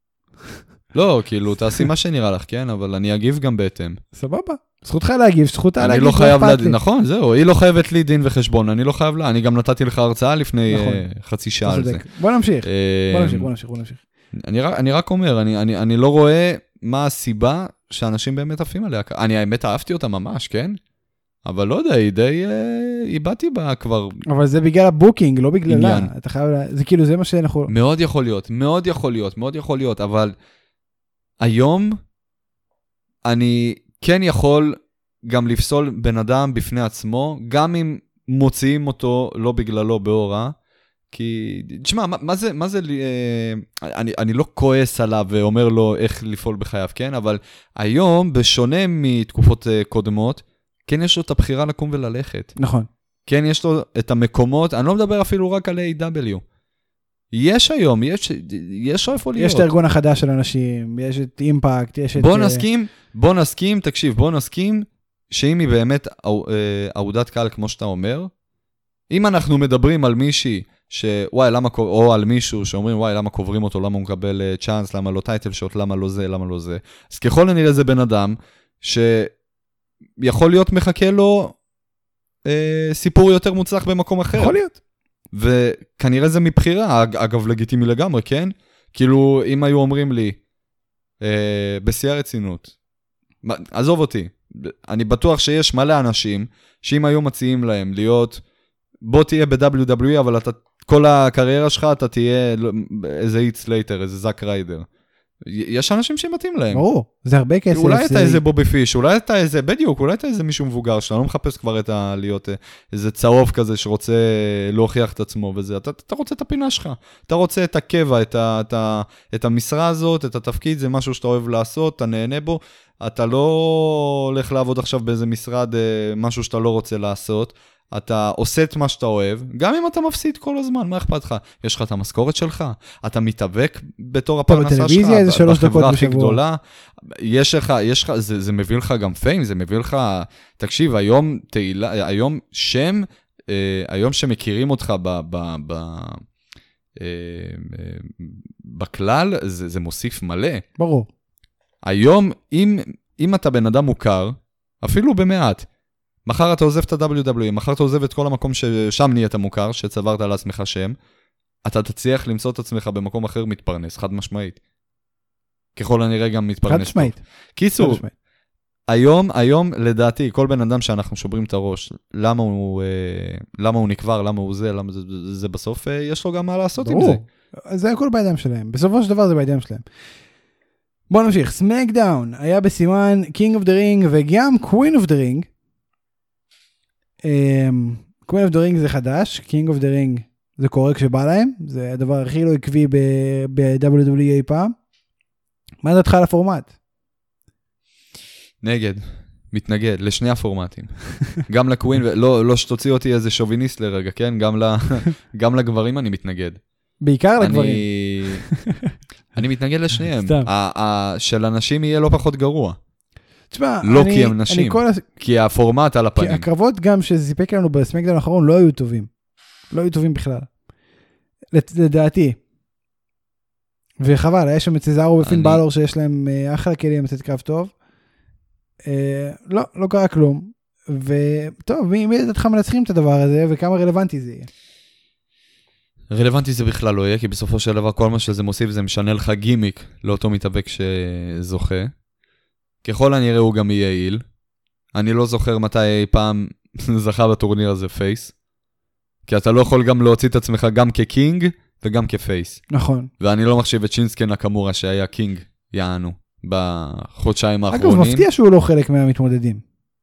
לא, כאילו, תעשי מה שנראה לך, כן? אבל אני אגיב גם בהתאם. סבבה. זכותך להגיב, זכותה להגיב. אני לא חייב, נכון, זהו, היא לא חייבת לי דין וחשבון, אני לא חייב לה, אני גם נתתי לך הרצאה לפני חצי שעה על זה. בוא נמשיך, בוא נמשיך, בוא נמשיך, בוא נמשיך. אני רק אומר, אני לא רואה מה הסיבה שאנשים באמת עפים עליה. אני האמת אהבתי אותה ממש, כן? אבל לא יודע, היא די... איבדתי בה כבר... אבל זה בגלל הבוקינג, לא בגללה. אתה חייב... זה כאילו, זה מה שאנחנו... מאוד יכול להיות, מאוד יכול להיות, מאוד יכול להיות, אבל היום אני כן יכול גם לפסול בן אדם בפני עצמו, גם אם מוציאים אותו לא בגללו באורה, כי, תשמע, מה, מה זה, מה זה, אה, אני, אני לא כועס עליו ואומר לו איך לפעול בחייו, כן? אבל היום, בשונה מתקופות אה, קודמות, כן יש לו את הבחירה לקום וללכת. נכון. כן יש לו את המקומות, אני לא מדבר אפילו רק על איי דאבליו. יש היום, יש, יש איפה להיות. יש את הארגון החדש של אנשים, יש את אימפקט, יש את... בוא נסכים, בוא נסכים, תקשיב, בוא נסכים, שאם היא באמת עבודת קהל, כמו שאתה אומר, אם אנחנו מדברים על מישהי, שוואי, למה, או על מישהו שאומרים, וואי, למה קוברים אותו, למה הוא מקבל צ'אנס, למה לא טייטל שוט, למה לא זה, למה לא זה. אז ככל הנראה זה בן אדם, שיכול להיות מחכה לו אה, סיפור יותר מוצלח במקום אחר. יכול להיות. וכנראה זה מבחירה, אגב, לגיטימי לגמרי, כן? כאילו, אם היו אומרים לי, אה, בשיא הרצינות, עזוב אותי, אני בטוח שיש מלא אנשים, שאם היו מציעים להם להיות, בוא תהיה ב-דאבליו דאבליו איי, אבל אתה, כל הקריירה שלך, אתה תהיה איזה איט סלייטר, איזה זק ריידר. יש אנשים שמתאים להם. ברור, זה הרבה כסף. אולי אתה איזה בובי פיש, אולי אתה איזה, בדיוק, אולי אתה איזה מישהו מבוגר, שאתה לא מחפש כבר את ה... להיות איזה צהוב כזה שרוצה להוכיח את עצמו וזה. אתה, אתה רוצה את הפינה שלך. אתה רוצה את הקבע, את, ה, את, ה, את המשרה הזאת, את התפקיד, זה משהו שאתה אוהב לעשות, אתה נהנה בו. אתה לא הולך לעבוד עכשיו באיזה משרד, משהו שאתה לא רוצה לעשות, אתה עושה את מה שאתה אוהב, גם אם אתה מפסיד כל הזמן, מה אכפת לך? יש לך את המשכורת שלך, אתה מתאבק בתור הפרנסה שלך, בחברה הכי גדולה, יש לך, יש לך, זה, זה מביא לך גם פיים, זה מביא לך, תקשיב, היום תהילה, היום שם, היום שמכירים אותך ב, ב, ב, בכלל, זה, זה מוסיף מלא. ברור. היום, אם, אם אתה בן אדם מוכר, אפילו במעט, מחר אתה עוזב את ה-דאבליו דאבליו אי, מחר אתה עוזב את כל המקום ששם נהיית מוכר, שצברת על עצמך שם, אתה תצליח למצוא את עצמך במקום אחר מתפרנס, חד משמעית. ככל הנראה גם מתפרנס. חד משמעית. קיצור, היום, היום, לדעתי, כל בן אדם שאנחנו שוברים את הראש, למה הוא, למה הוא נקבר, למה הוא זה, למה זה, זה בסוף, יש לו גם מה לעשות עם זה. זה הכל בידיים שלהם. בסופו של דבר זה בידיים שלהם. בוא נמשיך. סמקדאון היה בסימן King of the Ring וגם Queen of the Ring. Queen of the Ring זה חדש, King of the Ring זה קורה כשבא להם, זה הדבר הכי לא עקבי ב-דאבליו דאבליו אי פעם. מה דעתך על הפורמט? נגד, מתנגד, לשני הפורמטים. גם לקווין, לא, לא שתוציא אותי איזה שוביניסט לרגע, כן? גם, ל, גם לגברים אני מתנגד. בעיקר לגברים. אני, אני מתנגד לשניהם. של אנשים יהיה לא פחות גרוע. תשמע, לא אני, כי הם נשים, כל... כי הפורמט על הפנים. כי הקרבות גם שזיפק לנו בסמקדאון האחרון לא היו טובים. לא היו טובים בכלל. לדעתי. וחבל, היה שם את סזארו ופין אני... בלור שיש להם אחלה כלים לתת קרב טוב. אה, לא, לא קרה כלום. וטוב, מי, מי לדעתך מנצחים את הדבר הזה וכמה רלוונטי זה יהיה? רלוונטי זה בכלל לא יהיה, כי בסופו של דבר כל מה שזה מוסיף זה משנה לך גימיק לאותו מתאבק שזוכה. ככל הנראה הוא גם יהיה איל. אני לא זוכר מתי אי פעם זכה בטורניר הזה פייס. כי אתה לא יכול גם להוציא את עצמך גם כקינג וגם כפייס. נכון. ואני לא מחשיב את שינסקי נקמורה שהיה קינג, יענו, בחודשיים האחרונים. אגב, מפתיע שהוא לא חלק מהמתמודדים.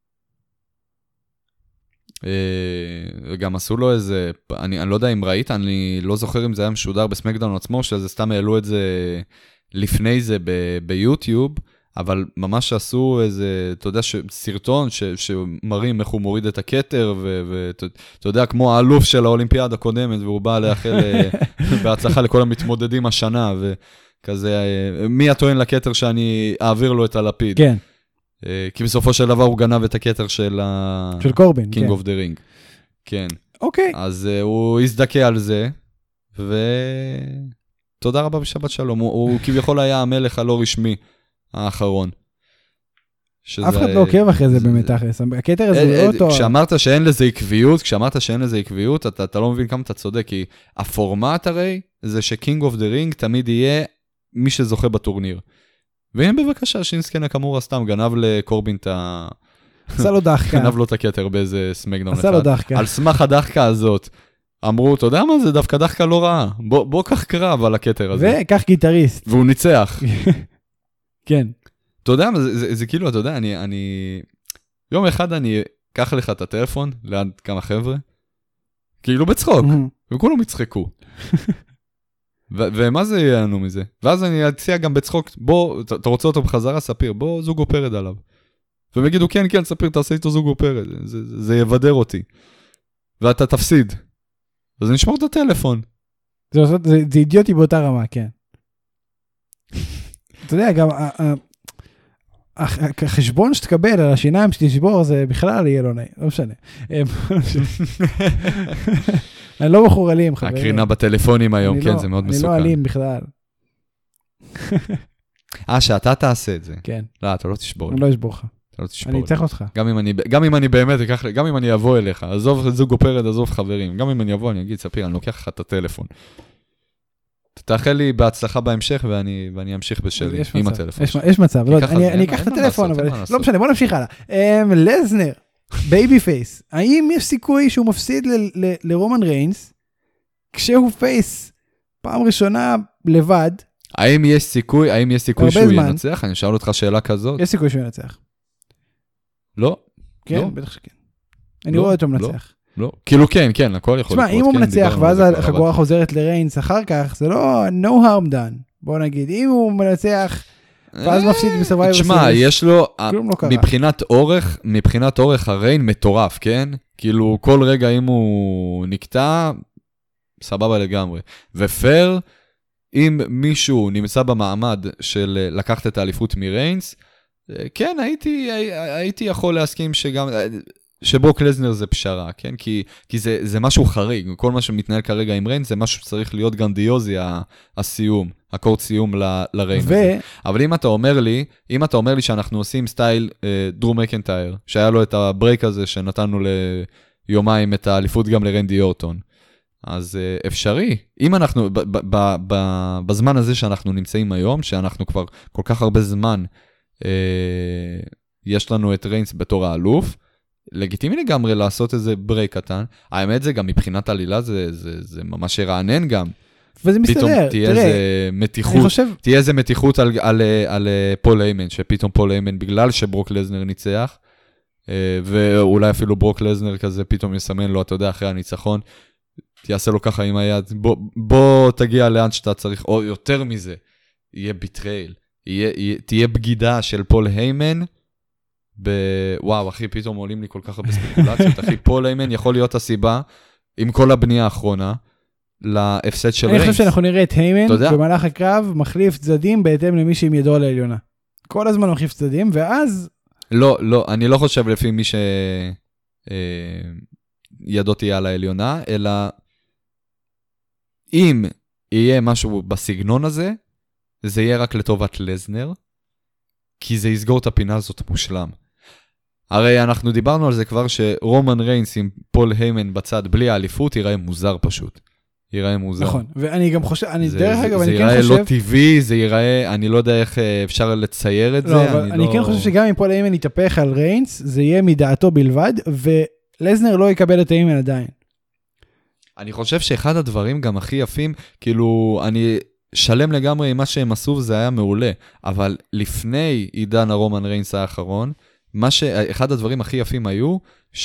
וגם עשו לו איזה, אני, אני לא יודע אם ראית, אני לא זוכר אם זה היה משודר בסמקדאון עצמו, שזה סתם העלו את זה לפני זה ב- ביוטיוב, אבל ממש עשו איזה, אתה יודע, סרטון ש, שמראים איך הוא מוריד את הכתר, ואתה יודע, כמו האלוף של האולימפיאדה הקודמת, והוא בא לאחל בהצלחה לכל המתמודדים השנה, וכזה, מי הטוען לכתר שאני אעביר לו את הלפיד? כן. כי בסופו של דבר הוא גנב את הכתר של של קורבין, King of the Ring. כן. אוקיי. אז הוא הזדכה על זה, ותודה רבה בשבת שלום. הוא כביכול היה המלך הלא רשמי האחרון. אף אחד לא עוקב אחרי זה באמת אחרי. הכתר הזה לא אותו... כשאמרת שאין לזה עקביות, כשאמרת שאין לזה עקביות, אתה לא מבין כמה אתה צודק, כי הפורמט הרי זה ש-King of the Ring תמיד יהיה מי שזוכה בטורניר. והנה בבקשה, שינסקי נקמורה סתם גנב לקורבין את ה... עשה לו דחקה. גנב לו את הכתר באיזה סמקדאון אחד. עשה לו דחקה. על סמך הדחקה הזאת, אמרו, אתה יודע מה, זה דווקא דחקה לא רעה. בוא, בוא קח קרב על הכתר הזה. וקח גיטריסט. והוא ניצח. כן. אתה יודע מה, זה, זה, זה כאילו, אתה יודע, אני, אני... יום אחד אני אקח לך את הטלפון, ליד כמה חבר'ה, כאילו בצחוק, וכולם יצחקו. ו- ומה זה יהיה לנו מזה? ואז אני אציע גם בצחוק, בוא, אתה, אתה רוצה אותו בחזרה, ספיר, בוא זוג או פרד עליו. והם יגידו, כן, כן, ספיר, תעשה איתו זוג או פרד, זה, זה, זה יבדר אותי. ואתה תפסיד. אז נשמור את הטלפון. זה, זה, זה, זה אידיוטי באותה רמה, כן. אתה יודע, גם החשבון שתקבל על השיניים שתשבור, זה בכלל יהיה לא נעים, לא משנה. אני לא בחור אלים, חברים. הקרינה בטלפונים היום, כן, זה מאוד מסוכן. אני לא אלים בכלל. אה, שאתה תעשה את זה. כן. לא, אתה לא תשבור. אני לא אשבור לך. אתה לא תשבור. אני אצטרך אותך. גם אם אני באמת, גם אם אני אבוא אליך, עזוב זוג או פרד, עזוב חברים. גם אם אני אבוא, אני אגיד, ספיר, אני לוקח לך את הטלפון. תאחל לי בהצלחה בהמשך, ואני אמשיך בשלי עם הטלפון. יש מצב, אני אקח את הטלפון, אבל לא משנה, בוא נמשיך הלאה. לזנר, בייבי פייס, האם יש סיכוי שהוא מפסיד לרומן ריינס, כשהוא פייס פעם ראשונה לבד? האם יש סיכוי, האם יש סיכוי שהוא ינצח? אני אשאל אותך שאלה כזאת. יש סיכוי שהוא ינצח. לא. כן, בטח שכן. אני רואה אותו מנצח. לא. כאילו כן, כן, הכל יכול לקרות. תשמע, אם הוא מנצח, ואז החגורה חוזרת לריינס אחר כך, זה לא no harm done. בוא נגיד, אם הוא מנצח, ואז מפסיד בסרווייבר סיריס. תשמע, יש לו, מבחינת אורך, מבחינת אורך הריין מטורף, כן? כאילו, כל רגע אם הוא נקטע, סבבה לגמרי. ופייר, אם מישהו נמצא במעמד של לקחת את האליפות מריינס, כן, הייתי, הייתי יכול להסכים שגם, שברוק לזנר זה פשרה, כן? כי, כי זה, זה משהו חריג, כל מה שמתנהל כרגע עם ריינס, זה משהו שצריך להיות גרנדיוזי, הסיום, הקורד סיום ל, לריין ו... הזה. אבל אם אתה אומר לי, אם אתה אומר לי שאנחנו עושים סטייל אה, דרו מקנטייר, שהיה לו את הברייק הזה שנתנו ליומיים את האליפות גם לרנדי אורטון, אז אה, אפשרי. אם אנחנו, ב, ב, ב, ב, בזמן הזה שאנחנו נמצאים היום, שאנחנו כבר כל כך הרבה זמן, אה, יש לנו את ריינס בתור האלוף, לגיטימי לגמרי לעשות איזה ברייק קטן. האמת זה גם מבחינת עלילה, זה, זה, זה ממש ירענן גם. וזה מסתדר. פתאום תהיה תראה, איזה מתיחות, חושב... תהיה איזה מתיחות על, על, על, על פול היימן, שפתאום פול היימן, בגלל שברוק לזנר ניצח, ואולי אפילו ברוק לזנר כזה פתאום יסמן לו, אתה יודע, אחרי הניצחון, יעשה לו ככה עם היד, בוא, בוא תגיע לאן שאתה צריך, או יותר מזה, יהיה ביטרייל, יהיה, יהיה, תהיה בגידה של פול היימן, וואו, אחי, פתאום עולים לי כל כך הרבה ספקולציות, אחי, פול היימן יכול להיות הסיבה, עם כל הבנייה האחרונה, להפסד של ריינס. אני חושב שאנחנו נראה את היימן, במהלך הקרב, מחליף צדדים, בהתאם למי שעם ידו על העליונה. כל הזמן מחליף צדדים, ואז... לא, לא, אני לא חושב לפי מי שידו תהיה על העליונה, אלא אם יהיה משהו בסגנון הזה, זה יהיה רק לטובת לזנר, כי זה יסגור את הפינה הזאת מושלם. הרי אנחנו דיברנו על זה כבר שרומן ריינס עם פול היימן בצד בלי האליפות ייראה מוזר פשוט. ייראה מוזר. נכון, ואני גם חושב, אני זה, דרך זה, אגב, זה אני כן חושב... זה ייראה לא טבעי, זה ייראה, אני לא יודע איך אפשר לצייר את לא, זה. אבל אני, אני לא... כן חושב שגם אם פול היימן יתהפך על ריינס, זה יהיה מדעתו בלבד, ולזנר לא יקבל את היימן עדיין. אני חושב שאחד הדברים גם הכי יפים, כאילו, אני... שלם לגמרי עם מה שהם עשו, זה היה מעולה, אבל לפני עידן הרומן ריינס האחרון, מה ש... אחד הדברים הכי יפים היו,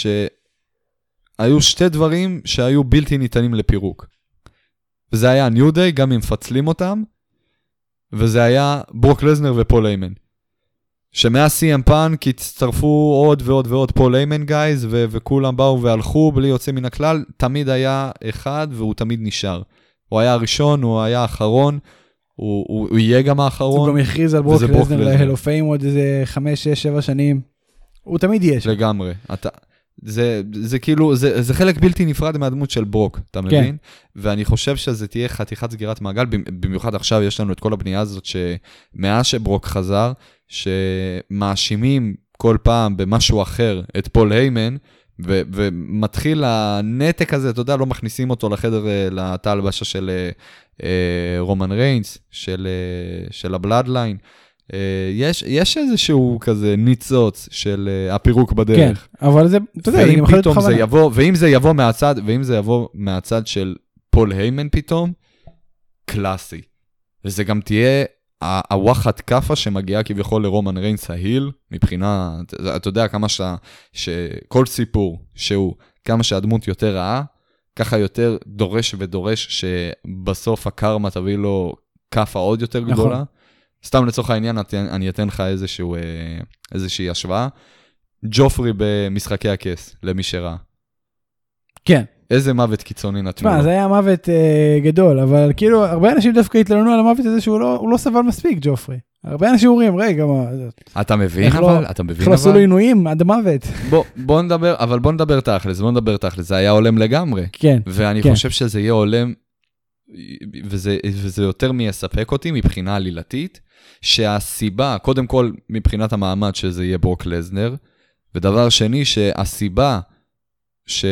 שהיו שתי דברים שהיו בלתי ניתנים לפירוק. וזה היה ניו דיי, גם אם מפצלים אותם, וזה היה ברוק לזנר ופול היימן. שמה-סי אם פאנק הצטרפו עוד ועוד ועוד פול היימן גייז, ו- וכולם באו והלכו בלי יוצא מן הכלל, תמיד היה אחד והוא תמיד נשאר. הוא היה הראשון, הוא היה האחרון, הוא, הוא, הוא יהיה גם האחרון. הוא גם הכריז על ברוק לזנר להלופאים עוד איזה חמש, שש, שבע שנים. הוא תמיד יש. לגמרי. אתה, זה, זה כאילו, זה, זה חלק בלתי נפרד מהדמות של ברוק, אתה מבין? כן. ואני חושב שזה תהיה חתיכת סגירת מעגל, במיוחד עכשיו יש לנו את כל הבנייה הזאת, שמאז שברוק חזר, שמאשימים כל פעם במשהו אחר את פול היימן, ו- ומתחיל הנתק הזה, אתה יודע, לא מכניסים אותו לחדר, לתא הלבשה של אה, רומן ריינס, של, אה, של הבלאדליין. אה, יש, יש איזשהו כזה ניצוץ של אה, הפירוק בדרך. כן, אבל זה, אתה יודע, ואם פתאום זה יבוא, ואם זה יבוא מהצד, ואם זה יבוא מהצד של פול היימן פתאום, קלאסי. וזה גם תהיה הווחת קפה שמגיעה כביכול לרומן ריינס ההיל, מבחינה, אתה יודע כמה שה, שכל סיפור שהוא, כמה שהדמות יותר רעה, ככה יותר דורש ודורש שבסוף הקרמה תביא לו קפה עוד יותר גדולה. נכון. סתם לצורך העניין אני אתן לך איזשהו, איזושהי השוואה. ג'ופרי במשחקי הכס, למי שראה. כן. איזה מוות קיצוני נתנו לו. זה היה מוות אה, גדול, אבל כאילו, הרבה אנשים דווקא התלוננו על המוות הזה שהוא לא, הוא לא סבל מספיק, ג'ופרי. הרבה אנשים אומרים, רגע, מה... אתה מבין אבל? לא, אתה מבין אבל? איך לא עשו לו עינויים עד המוות? בוא, בוא נדבר, אבל בוא נדבר תכלס, בוא נדבר תכלס, זה היה עולם לגמרי. כן. ואני כן. חושב שזה יהיה עולם, וזה, וזה יותר מיספק אותי מבחינה עלילתית, שהסיבה, קודם כל מבחינת המעמד שזה יהיה ברוק לזנר, ודבר שני, שהסיבה ש...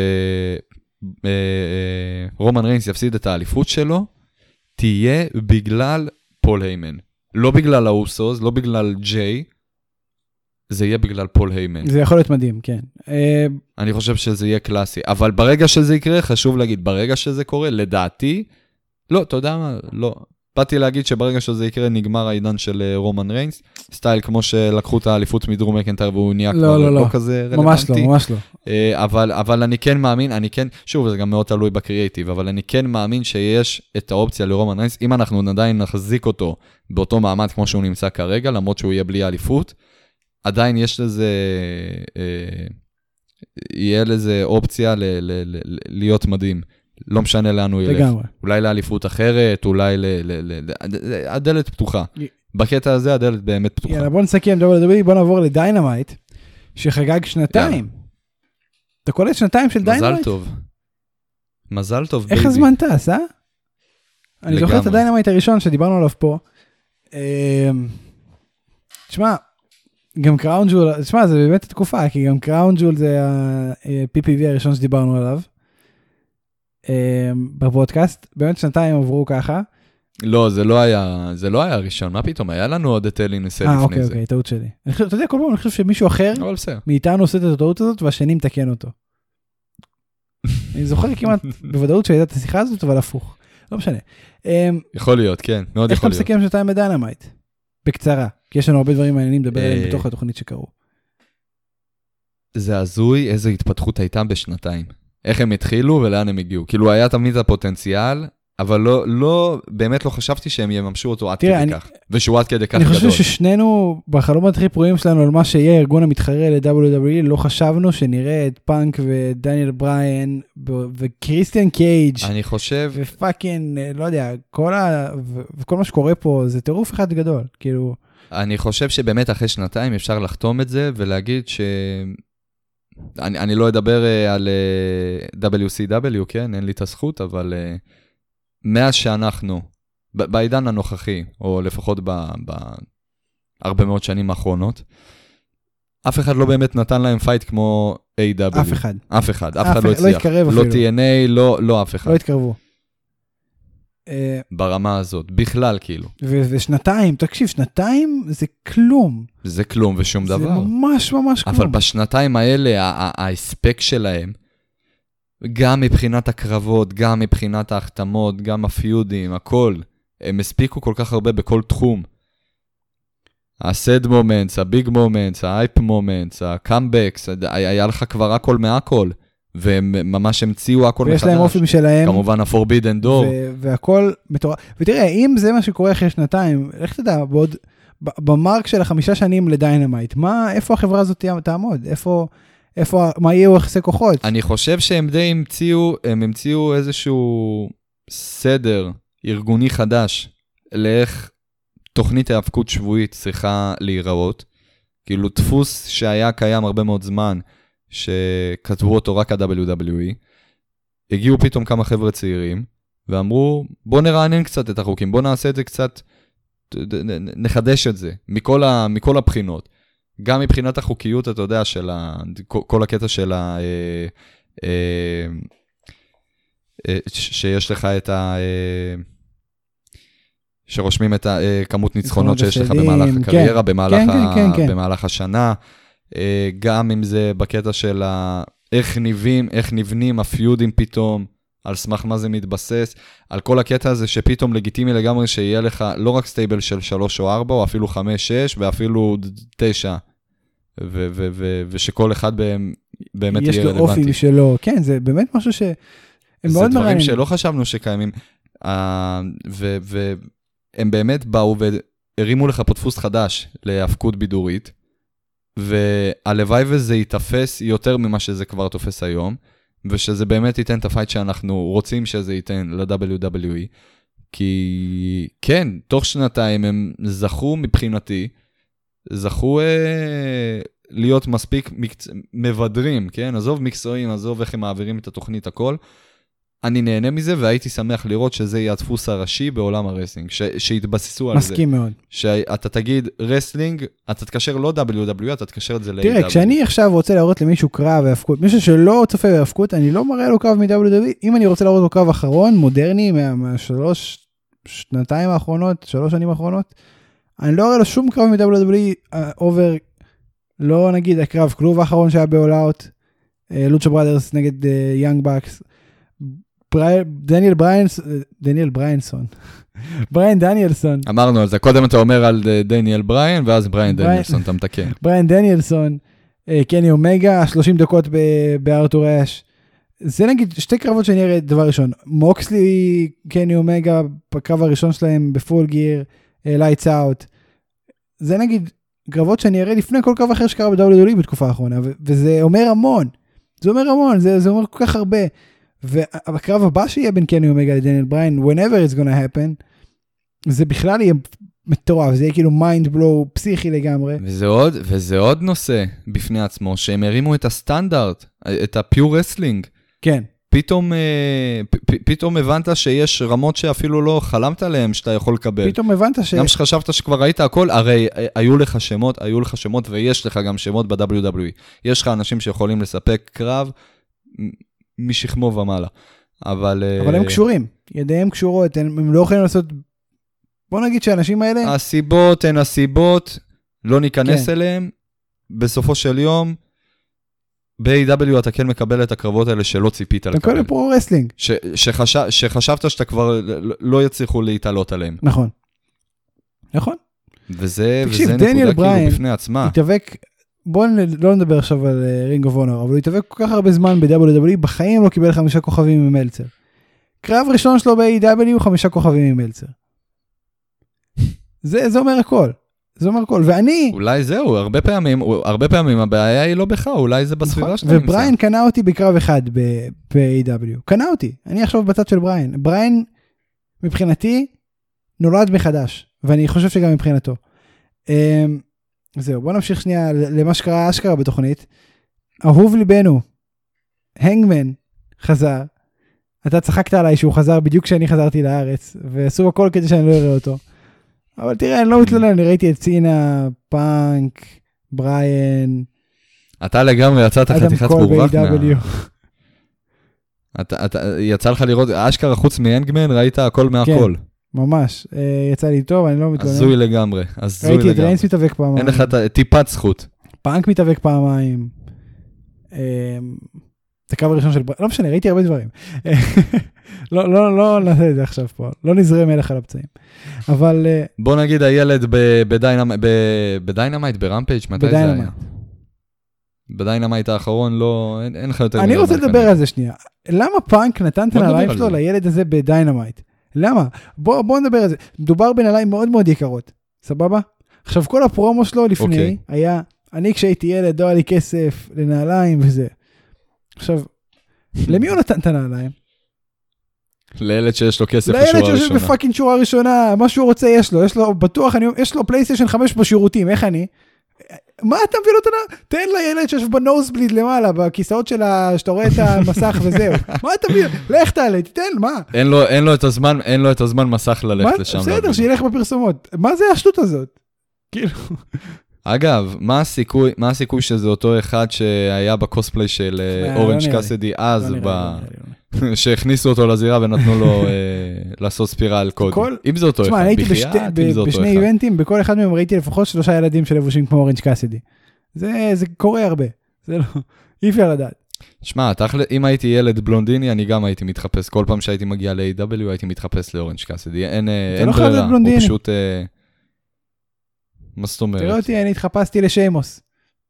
רומן ריינס יפסיד את האליפות שלו, תהיה בגלל פול היימן. לא בגלל האוסוס, לא בגלל ג'יי, זה יהיה בגלל פול היימן. זה יכול להיות מדהים, כן. אני חושב שזה יהיה קלאסי, אבל ברגע שזה יקרה, חשוב להגיד, ברגע שזה קורה, לדעתי, לא, אתה יודע מה, לא, באתי להגיד שברגע שזה יקרה, נגמר העידן של רומן ריינס, סטייל כמו שלקחו את האליפות מדרום מקנטייר, והוא נהיה כבר לא, לא כזה רלוונטי. ממש לא, ממש לא. אבל, אבל אני כן מאמין, אני כן, שוב, זה גם מאוד תלוי בקריאייטיב, אבל אני כן מאמין שיש את האופציה לרומן ריינס, אם אנחנו עדיין נחזיק אותו באותו מעמד כמו שהוא נמצא כרגע, למרות שהוא יהיה בלי האליפות, עדיין יש לזה, אה, יהיה לזה אופציה ל, ל, ל, ל, להיות מדהים. לא משנה לאן הוא ילך. לגמרי. אולי לאליפות אחרת, אולי ל... ל, ל, ל הדלת פתוחה. י... בקטע הזה הדלת באמת פתוחה. יאללה, בוא נסכם, בוא נעבור לדיינמייט, שחגג שנתיים. יאללה. אתה קולט שנתיים של דיינמייט? מזל טוב. מזל טוב, איך בייבי. הזמן טס, אה? אני לגמרי. זוכר את הדיינמייט הראשון שדיברנו עליו פה. תשמע, גם קראון ג'ול, תשמע, זה באמת תקופה, כי גם קראון ג'ול זה ה-פי פי וי הראשון שדיברנו עליו. בפודקאסט, באמת שנתיים עברו ככה. לא, זה לא היה, זה לא היה הראשון, מה פתאום? היה לנו עוד את אלי נסה לפני זה. אה, אוקיי, אוקיי, טעות שלי. אתה יודע, כל פעם אני חושב שמישהו אחר מאיתנו עושה את הטעות הזאת, והשני מתקן אותו. אני זוכר כמעט בוודאות שהייתה את השיחה הזאת, אבל הפוך. לא משנה. יכול להיות, כן, מאוד יכול להיות. איך אתה מסכם שנתיים בדיינמייט? בקצרה, כי יש לנו הרבה דברים מעניינים לדבר עליהם בתוך התוכנית שקרו. זה הזוי איזו התפתחות הייתה בשנתיים. איך הם התחילו ולאן הם הגיעו. כאילו היה תמיד הפוטנציאל, אבל לא, לא, באמת לא חשבתי שהם יממשו אותו עד כדי כך. ושהוא עד כדי כך גדול. אני חושב ששנינו, בחלום הכי פרועים שלנו, על מה שיהיה הארגון המתחרה ל-דאבליו דאבליו אי, לא חשבנו שנראה את פאנק ודניאל בריין, וקריסטיאן קייג'. אני חושב... ופאקינג, לא יודע, כל ה... וכל מה שקורה פה, זה טירוף אחד גדול. כאילו... אני חושב שבאמת אחרי שנתיים אפשר לחתום את זה, ולהגיד ש... אני, אני לא אדבר uh, על uh, דאבליו סי דאבליו, כן? אין לי את הזכות, אבל uh, מאז שאנחנו, ב- בעידן הנוכחי, או לפחות בהרבה מאוד שנים האחרונות, אף אחד לא באמת נתן להם פייט כמו איי דאבליו. אף אחד. אף אחד, אף אחד לא הצליח. לא התקרב אפילו. לא טי אן איי, לא, לא אף אחד. לא התקרבו. ברמה הזאת, בכלל כאילו. ו- ושנתיים, תקשיב, שנתיים זה כלום. זה כלום ושום זה דבר. זה ממש ממש כלום. אבל בשנתיים האלה, ההספק שלהם, גם מבחינת הקרבות, גם מבחינת ההחתמות, גם הפיודים, הכל, הם הספיקו כל כך הרבה בכל תחום. הסד מומנטס, הביג מומנטס, ההייפ מומנטס, הקאמבקס, היה לך כבר הכל מהכל. והם ממש המציאו הכל מחדש. ויש להם אופים שלהם. כמובן ה-Forbidden Door. והכל מטורף. ותראה, אם זה מה שקורה אחרי שנתיים, איך תדע, בעוד, במרק של החמישה שנים לדיינמייט, מה, איפה החברה הזאת תעמוד? איפה, איפה, מה יהיו יחסי כוחות? אני חושב שהם די המציאו, הם המציאו איזשהו סדר ארגוני חדש, לאיך תוכנית ההאבקות שבועית צריכה להיראות. כאילו דפוס שהיה קיים הרבה מאוד זמן, שכתבו אותו רק ה-דאבליו דאבליו אי, הגיעו פתאום כמה חבר'ה צעירים, ואמרו, בוא נרענן קצת את החוקים, בוא נעשה את זה קצת, נחדש את זה, מכל, ה, מכל הבחינות. גם מבחינת החוקיות, אתה יודע, של ה, כל הקטע של ה... אה, אה, אה, שיש לך את ה... אה, שרושמים את כמות ניצחונות שיש לך במהלך הקריירה, במהלך השנה, גם אם זה בקטע של איך נבנים, איך נבנים הפיודים פתאום, על סמך מה זה מתבסס, על כל הקטע הזה שפתאום לגיטימי לגמרי שיהיה לך לא רק סטייבל של שלוש או ארבע, או אפילו חמש, שש, ואפילו תשע, ושכל אחד באמת יהיה רלוונטי. יש לו אופי שלו, כן, זה באמת משהו שהם מאוד מראים. זה דברים שלא חשבנו שקיימים, והם באמת באו והרימו לך פה דפוס חדש להפקות בידורית, והלוואי וזה יתפס יותר ממה שזה כבר תופס היום, ושזה באמת ייתן את הפייט שאנחנו רוצים שזה ייתן ל-דאבליו דאבליו אי, כי כן, תוך שנתיים הם זכו מבחינתי, זכו אה, להיות מספיק מקצ... מבדרים, כן? עזוב מקצועים, עזוב איך הם מעבירים את התוכנית, הכל. אני נהנה מזה, והייתי שמח לראות שזה יהיה הדפוס הראשי בעולם הרסלינג, ש... שהתבססו על זה. מסכים מאוד. שאתה תגיד רסלינג, אתה תקשר לא דאבליו דאבליו אי, אתה תקשר את זה ל-איי דאבליו. תראה, כשאני עכשיו רוצה להראות למישהו קרב והפקות, מישהו שלא צופה בהפקות, אני לא מראה לו קרב מ-דאבליו דאבליו אי, אם אני רוצה להראות לו קרב אחרון, מודרני, מהשלוש שנתיים האחרונות, שלוש שנים האחרונות, אני לא אראה לו שום קרב מ-דאבליו דאבליו אי, אובר, לא נגיד הקרב כלוב האחרון שהיה בעולאות, לוצ'ה בראדרס נגד יאנג בקס, דניאל בריינסון, דניאל בריינסון, בריין דניאלסון. אמרנו על זה, קודם אתה אומר על דניאל בריין, ואז בריין דניאלסון, אתה מתקן. בריין דניאלסון, קני אומגה, שלושים דקות בארתור אש. זה נגיד שתי קרבות שאני אראה דבר ראשון. מוקסלי, קני אומגה, בקרב הראשון שלהם בפול גיר, לייטס אאוט. זה נגיד קרבות שאני אראה לפני כל קרב אחר שקרה ב-דאבליו דאבליו אי בתקופה האחרונה, וזה אומר המון. זה אומר המון, זה, זה אומר כל כך הרבה. ובקרב הבא שיהיה בין קני אומגה לדניאל בריין, whenever it's gonna happen, זה בכלל יהיה מטורף, זה יהיה כאילו מיינד בלואו פסיכי לגמרי. וזה עוד, וזה עוד נושא בפני עצמו, שהם הרימו את הסטנדרט, את הפיור רסלינג. כן. פתאום, פ, פתאום הבנת שיש רמות שאפילו לא חלמת עליהם שאתה יכול לקבל. פתאום הבנת ש... גם שחשבת שכבר ראית הכל, הרי היו לך שמות, היו לך שמות, ויש לך גם שמות ב-דאבליו דאבליו אי. יש לך אנשים שיכולים לספק קרב משכמו ומעלה. אבל... אבל הם קשורים, ידיהם קשורות, הם, הם לא יכולים לעשות... בוא נגיד שהאנשים האלה... הסיבות הן הסיבות, לא ניכנס כן. אליהם. בסופו של יום, ב-איי דאבליו אתה כן מקבל את הקרבות האלה שלא ציפית לקבל. אתה מקבל פרו-רסלינג. ש- שחש- שחשבת שאתה כבר לא יצליחו להתעלות עליהם. נכון. נכון. וזה, תקשיב, וזה נקודה כאילו בפני עצמה. התאבק, בואו לא נדבר עכשיו על רינג אוף אונר, אבל הוא התאבק כל כך הרבה זמן ב-דאבליו דאבליו אי, בחיים לא קיבל חמישה כוכבים ממלצר. קרב ראשון שלו ב-איי דאבליו, חמישה כוכבים ממלצר. זה, זה אומר הכל. זה אומר הכל. ואני... אולי זהו, הרבה פעמים, הרבה פעמים הבעיה היא לא בך, אולי זה בסביבה שאתה נמצא. ובריין קנה אותי בקרב אחד ב-איי דאבליו. קנה אותי. אני עכשיו בצד של בריין. בריין, מבחינתי, נולד מחדש. ואני חושב שגם מבחינתו. זהו, בוא נמשיך שנייה למה שקרה אשכרה בתוכנית. אהוב ליבנו, הנגמן, חזר. אתה צחקת עליי שהוא חזר בדיוק כשאני חזרתי לארץ, ועשו הכל כדי שאני לא אראה אותו. אבל תראה, אני לא מתלונן, אני ראיתי את צינה, פאנק, בריין. אתה לגמרי יצאת חתיכת מוברח מה... אתה, אתה, יצא לך לראות, אשכרה חוץ מהנגמן, ראית הכל מהכל. כן, ממש. יצא לי טוב, אני לא מתלונן. הזוי לגמרי, הזוי לגמרי. ראיתי את ריינס מתאבק פעמיים. אין לך טיפת זכות. פאנק מתאבק פעמיים. את הקרב הראשון של... לא משנה, ראיתי הרבה דברים. לא, לא, לא נעשה את זה עכשיו פה. לא נזרה מלך על הפצעים. אבל... בוא נגיד הילד בדיינמייט, ברמפייג', מתי זה היה? בדיינמייט האחרון, לא... אין לך יותר... אני רוצה לדבר על זה שנייה. למה פאנק נתן את הנעליים שלו לילד הזה בדיינמייט? למה? בוא נדבר על זה. מדובר בנעליים מאוד מאוד יקרות. סבבה? עכשיו, כל הפרומו שלו לפני היה... אני כשהייתי ילד, לא היה לי כסף לנעליים וזה. עכשיו, למי הוא נתן את הנעליים? לילד שיש לו כסף בשורה ראשונה. לילד שיש בפאקינג שורה ראשונה, מה שהוא רוצה יש לו, יש לו, בטוח, אני, יש לו פלייסטיישן חמש בשירותים, איך אני? מה אתה מביא לו את הנעליים? תן לילד שיש בנוסבליד למעלה, בכיסאות שלה, שאתה רואה את המסך וזהו. מה אתה מביא? לך תעלה, תתן, מה? אין לו, אין לו את הזמן, אין לו את הזמן מסך ללכת לשם. בסדר, שילך בפרסומות. מה זה השטות הזאת? כאילו... אגב, מה הסיכוי, מה הסיכוי שזה אותו אחד שהיה בקוספליי של אורנג' קאסידי אז, שהכניסו אותו לזירה ונתנו לו לעשות ספירה על קוד. אם זה אותו אחד, בחייאת, אם זה אותו אחד. בשני איבנטים, בכל אחד מהם ראיתי לפחות שלושה ילדים שלבושים כמו אורנג' קאסידי. זה קורה הרבה. זה לא, אי אפשר לדעת. שמע, אם הייתי ילד בלונדיני, אני גם הייתי מתחפש. כל פעם שהייתי מגיע ל-איי דאבליו, הייתי מתחפש לאורנג' קאסידי. אין ברירה, הוא פשוט... מה זאת אומרת? תראה אותי, אני התחפשתי לשיימוס.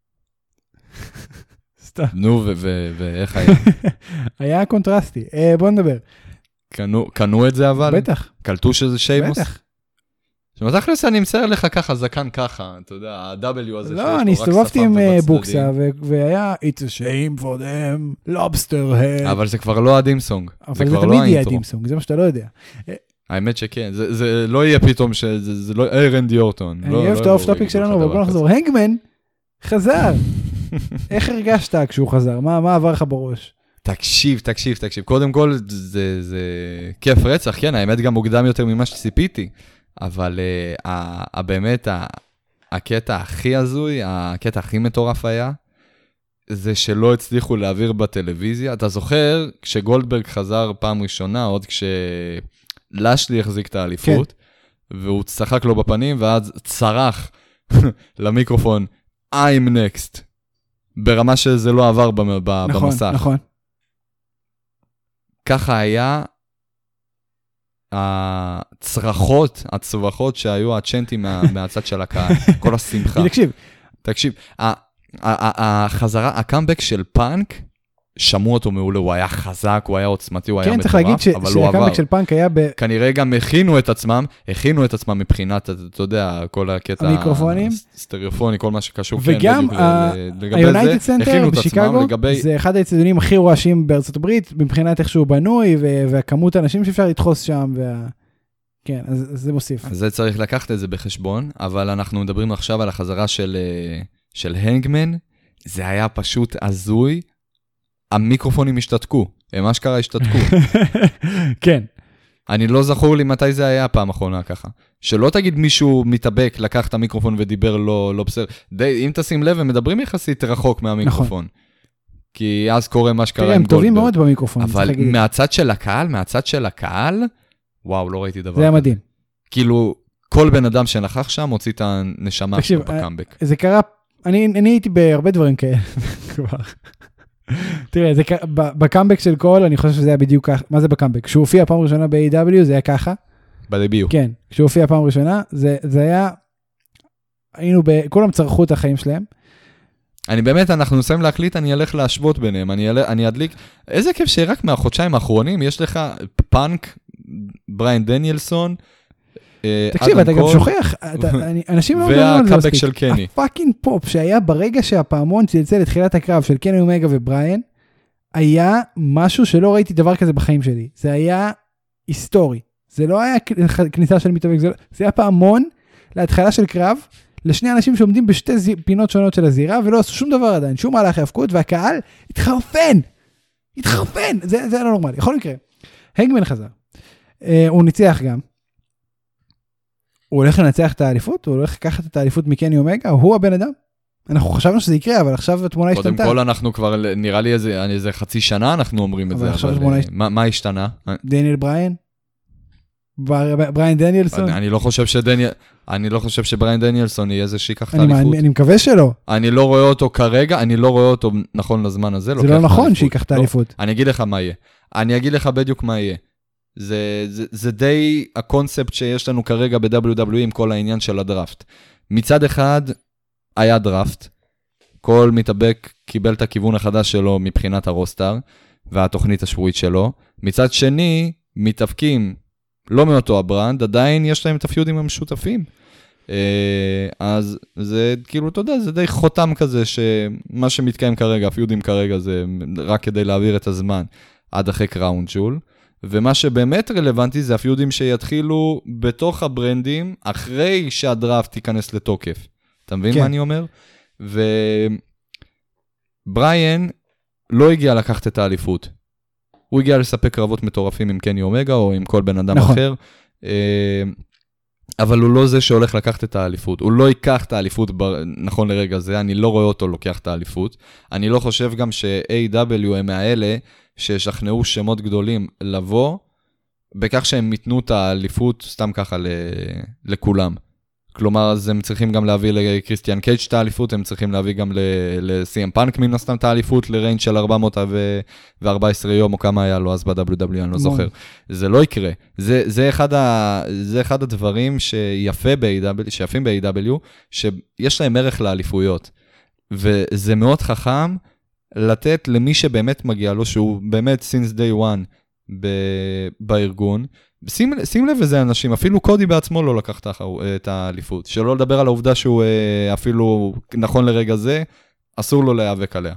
סתם. נו, ואיך היה? היה קונטרסטי. בוא נדבר. קנו את זה אבל? בטח. קלטו שזה שיימוס? בטח. שמתכלס אני מצייר לך ככה, זקן ככה, אתה יודע, ה-W הזה. לא, אני הסתובבתי עם בוקסה, והיה, it's a shame for them, lobster head. אבל זה כבר לא הדימסונג. אבל זה תמיד יהיה הדימסונג, זה מה שאתה לא יודע. האמת שכן, זה, זה לא יהיה פתאום שזה, זה לא, היי רנדי אורטון. אני אוהב את האוף טופיק שלנו, אבל בוא נחזור. הנגמן חזר. איך הרגשת כשהוא חזר? מה, מה עבר לך בראש? תקשיב, תקשיב, תקשיב. קודם כל, זה, זה כיף רצח, כן, האמת גם מוקדם יותר ממה שציפיתי. אבל uh, באמת, הקטע הכי הזוי, הקטע הכי מטורף היה, זה שלא הצליחו להעביר בטלוויזיה. אתה זוכר, כשגולדברג חזר פעם ראשונה, עוד כש... לשלי החזיק את האליפות, כן. והוא צחק לו בפנים, ואז צרח למיקרופון, I'm next, ברמה שזה לא עבר ב- ב- נכון, במסך. נכון. ככה היה הצרחות, הצווחות שהיו הצ'נטים מה, מהצד של הקהל, כל השמחה. תקשיב. תקשיב, החזרה, הקאמבק של פאנק, שמעו אותו מעולה, הוא היה חזק, הוא היה עוצמתי, הוא היה מטורף, אבל הוא עבר. כן, צריך להגיד שהקאמבק של פאנק היה ב... כנראה גם הכינו את עצמם, הכינו את עצמם מבחינת, אתה יודע, כל הקטע... המיקרופונים. סטריאופוני, כל מה שקשור. וגם היונייטד סנטר בשיקגו, זה אחד האצטדיונים הכי רועשים בארצות הברית, מבחינת איך שהוא בנוי, והכמות האנשים שאפשר לדחוס שם, כן, אז זה מוסיף. אז זה צריך לקחת את זה בחשבון, אבל אנחנו מדברים עכשיו על החזרה של הנגמן, זה היה פשוט הזוי, המיקרופונים השתתקו, הם אשכרה השתתקו. כן. אני לא זכור לי מתי זה היה הפעם האחרונה ככה. שלא תגיד מישהו מתאבק, לקח את המיקרופון ודיבר לא, לא בסדר. די, אם תשים לב, הם מדברים יחסית רחוק מהמיקרופון. נכון. כי אז קורה מה שקרה עם גולדברג. הם טובים מאוד במיקרופון. אבל מהצד של הקהל, מהצד של הקהל, וואו, לא ראיתי דבר. זה היה מדהים. כאילו, כל בן אדם שנכח שם, הוציא את הנשמה שלו בקאמבק. זה קרה, אני, אני הייתי בהרבה דברים כאלה. תראה, זה, בקאמבק של קול, אני חושב שזה היה בדיוק ככה. מה זה בקאמבק? כשהוא הופיע פעם ראשונה ב-איי דאבליו, זה היה ככה. בדביוט. כן, כשהוא הופיע פעם ראשונה, זה, זה היה, היינו, ב, כולם צרכו את החיים שלהם. אני באמת, אנחנו נסיים להקליט, אני אלך להשוות ביניהם, אני, אל, אני אדליק, איזה כיף שרק מהחודשיים האחרונים, יש לך פאנק, בריין דניאלסון, תקשיב, אתה גם שוכח, אנשים לא מדברים על זה והקאמבק של קני. הפאקינג פופ שהיה ברגע שהפעמון צלצל לתחילת הקרב של קני אומגה ובריין, היה משהו שלא ראיתי דבר כזה בחיים שלי. זה היה היסטורי. זה לא היה כניסה של מתאבק, זה היה פעמון להתחלה של קרב, לשני אנשים שעומדים בשתי פינות שונות של הזירה, ולא עשו שום דבר עדיין, שום מהלך ההפקות, והקהל התחרפן. התחרפן. זה היה לא נורמלי. יכול לקרוא. הנגמן חזר. הוא ניצח גם. הוא הולך לנצח את האליפות, הוא הולך לקחת את האליפות מקני אומגה, הוא הבן אדם. אנחנו חשבנו שזה יקרה, אבל עכשיו התמונה השתנתה. קודם כל אנחנו כבר, נראה לי איזה, איזה חצי שנה אנחנו אומרים את זה, אבל מה, מה השתנה? דניאל בריין? בריין דניאלסון? אני לא חושב שדניאל, אני לא חושב שבריין דניאלסון יהיה איזה שיקח את האליפות. אני מקווה שלא. אני לא רואה אותו כרגע, אני לא רואה אותו נכון לזמן הזה. זה לא נכון שיקח את האליפות. אני אגיד לך מה יהיה. אני אגיד לך בדיוק מה יהיה. זה, זה, זה די הקונספט שיש לנו כרגע ב-דאבליו דאבליו אי עם כל העניין של הדראפט. מצד אחד, היה דראפט, כל מתאבק קיבל את הכיוון החדש שלו מבחינת הרוסטר, והתוכנית השבועית שלו. מצד שני, מתאבקים לא מאותו הברנד, עדיין יש להם את הפיודים המשותפים. אז זה כאילו, אתה יודע, זה די חותם כזה, שמה שמתקיים כרגע, הפיודים כרגע, זה רק כדי להעביר את הזמן, עד אחרי קראון ג'ול. ומה שבאמת רלוונטי זה הפיודים שיתחילו בתוך הברנדים, אחרי שהדראפט ייכנס לתוקף. אתה מבין כן. מה אני אומר? ובריין לא הגיע לקחת את האליפות. הוא הגיע לספק קרבות מטורפים עם קני אומגה, או עם כל בן אדם נכון. אחר. אבל הוא לא זה שהולך לקחת את האליפות. הוא לא ייקח את האליפות ב... נכון לרגע זה, אני לא רואה אותו לוקח את האליפות. אני לא חושב גם ש-איי דאבליו הם האלה, ששכנעו שמות גדולים לבוא, בכך שהם מתנו את האליפות סתם ככה ל... לכולם. כלומר, אז הם צריכים גם להביא לקריסטיאן קייג' את האליפות, הם צריכים להביא גם ל-סי אם פאנק מן הסתם את האליפות, לריינג' של ארבע מאות וארבע עשרה יום, או כמה היה לו אז ב-דאבליו דאבליו, אני לא זוכר. זה לא יקרה. זה, זה, אחד ה... זה אחד הדברים שיפה ב-איי דאבליו, שיפים ב-איי דאבליו, שיש להם ערך לאליפויות. וזה מאוד חכם לתת למי שבאמת מגיע לו, שהוא באמת since day one ב- בארגון. שים, שים לב איזה אנשים, אפילו קודי בעצמו לא לקח את האליפות. שלא לדבר על העובדה שהוא אפילו נכון לרגע זה, אסור לו להיאבק עליה.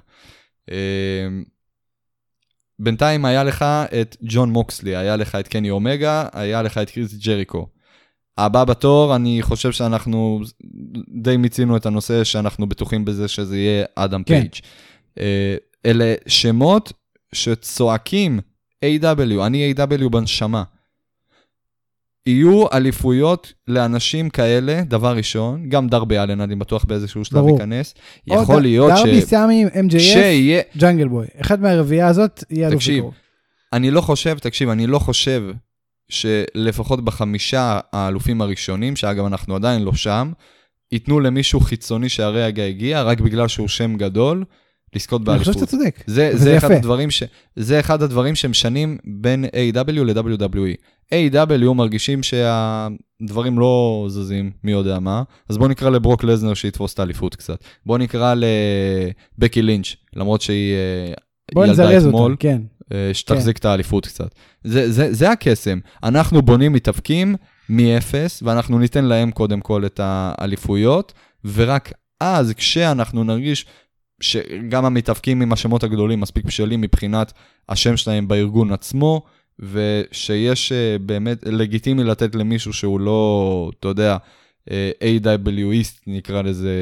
בינתיים היה לך את ג'ון מוקסלי, היה לך את קני אומגה, היה לך את קריס ג'ריקו. הבא בתור, אני חושב שאנחנו די מיצינו את הנושא, שאנחנו בטוחים בזה שזה יהיה אדם כן. פייג'. אלה שמות שצועקים איי דאבליו, אני איי דאבליו בנשמה. יהיו אליפויות לאנשים כאלה, דבר ראשון, גם דרבי אלן, אני בטוח באיזשהו שלב ייכנס. יכול להיות ש... דרבי סמי, אם ג'יי אף, ג'אנגל בוי. אחד מהרביעה הזאת יהיה אלוף בקור. אני לא חושב, תקשיב, אני לא חושב שלפחות בחמישה האלופים הראשונים, שאגב אנחנו עדיין לא שם, ייתנו למישהו חיצוני שהרגע הגיע, רק בגלל שהוא שם גדול, לזכות באליפות. אני חושב שאתה צודק. זה, זה, אחד הדברים ש, זה אחד הדברים שמשנים בין איי דאבליו ל-דאבליו דאבליו אי. איי דאבליו מרגישים שהדברים לא זזים, מי יודע מה, אז בוא נקרא לברוק לזנר שיתפוס את האליפות קצת. בוא נקרא לבקי לינץ', למרות שהיא ילדה אתמול, כן. שתחזיק כן. את האליפות קצת. זה, זה, זה הקסם. אנחנו בונים מתאבקים מ-אפס, ואנחנו ניתן להם קודם כל את האליפויות, ורק אז כשאנחנו נרגיש שגם המתאבקים עם השמות הגדולים מספיק בשלים מבחינת השם שלהם בארגון עצמו, ושיש באמת לגיטימי לתת למישהו שהוא לא, אתה יודע, איי דאבליו איסט נקרא לזה.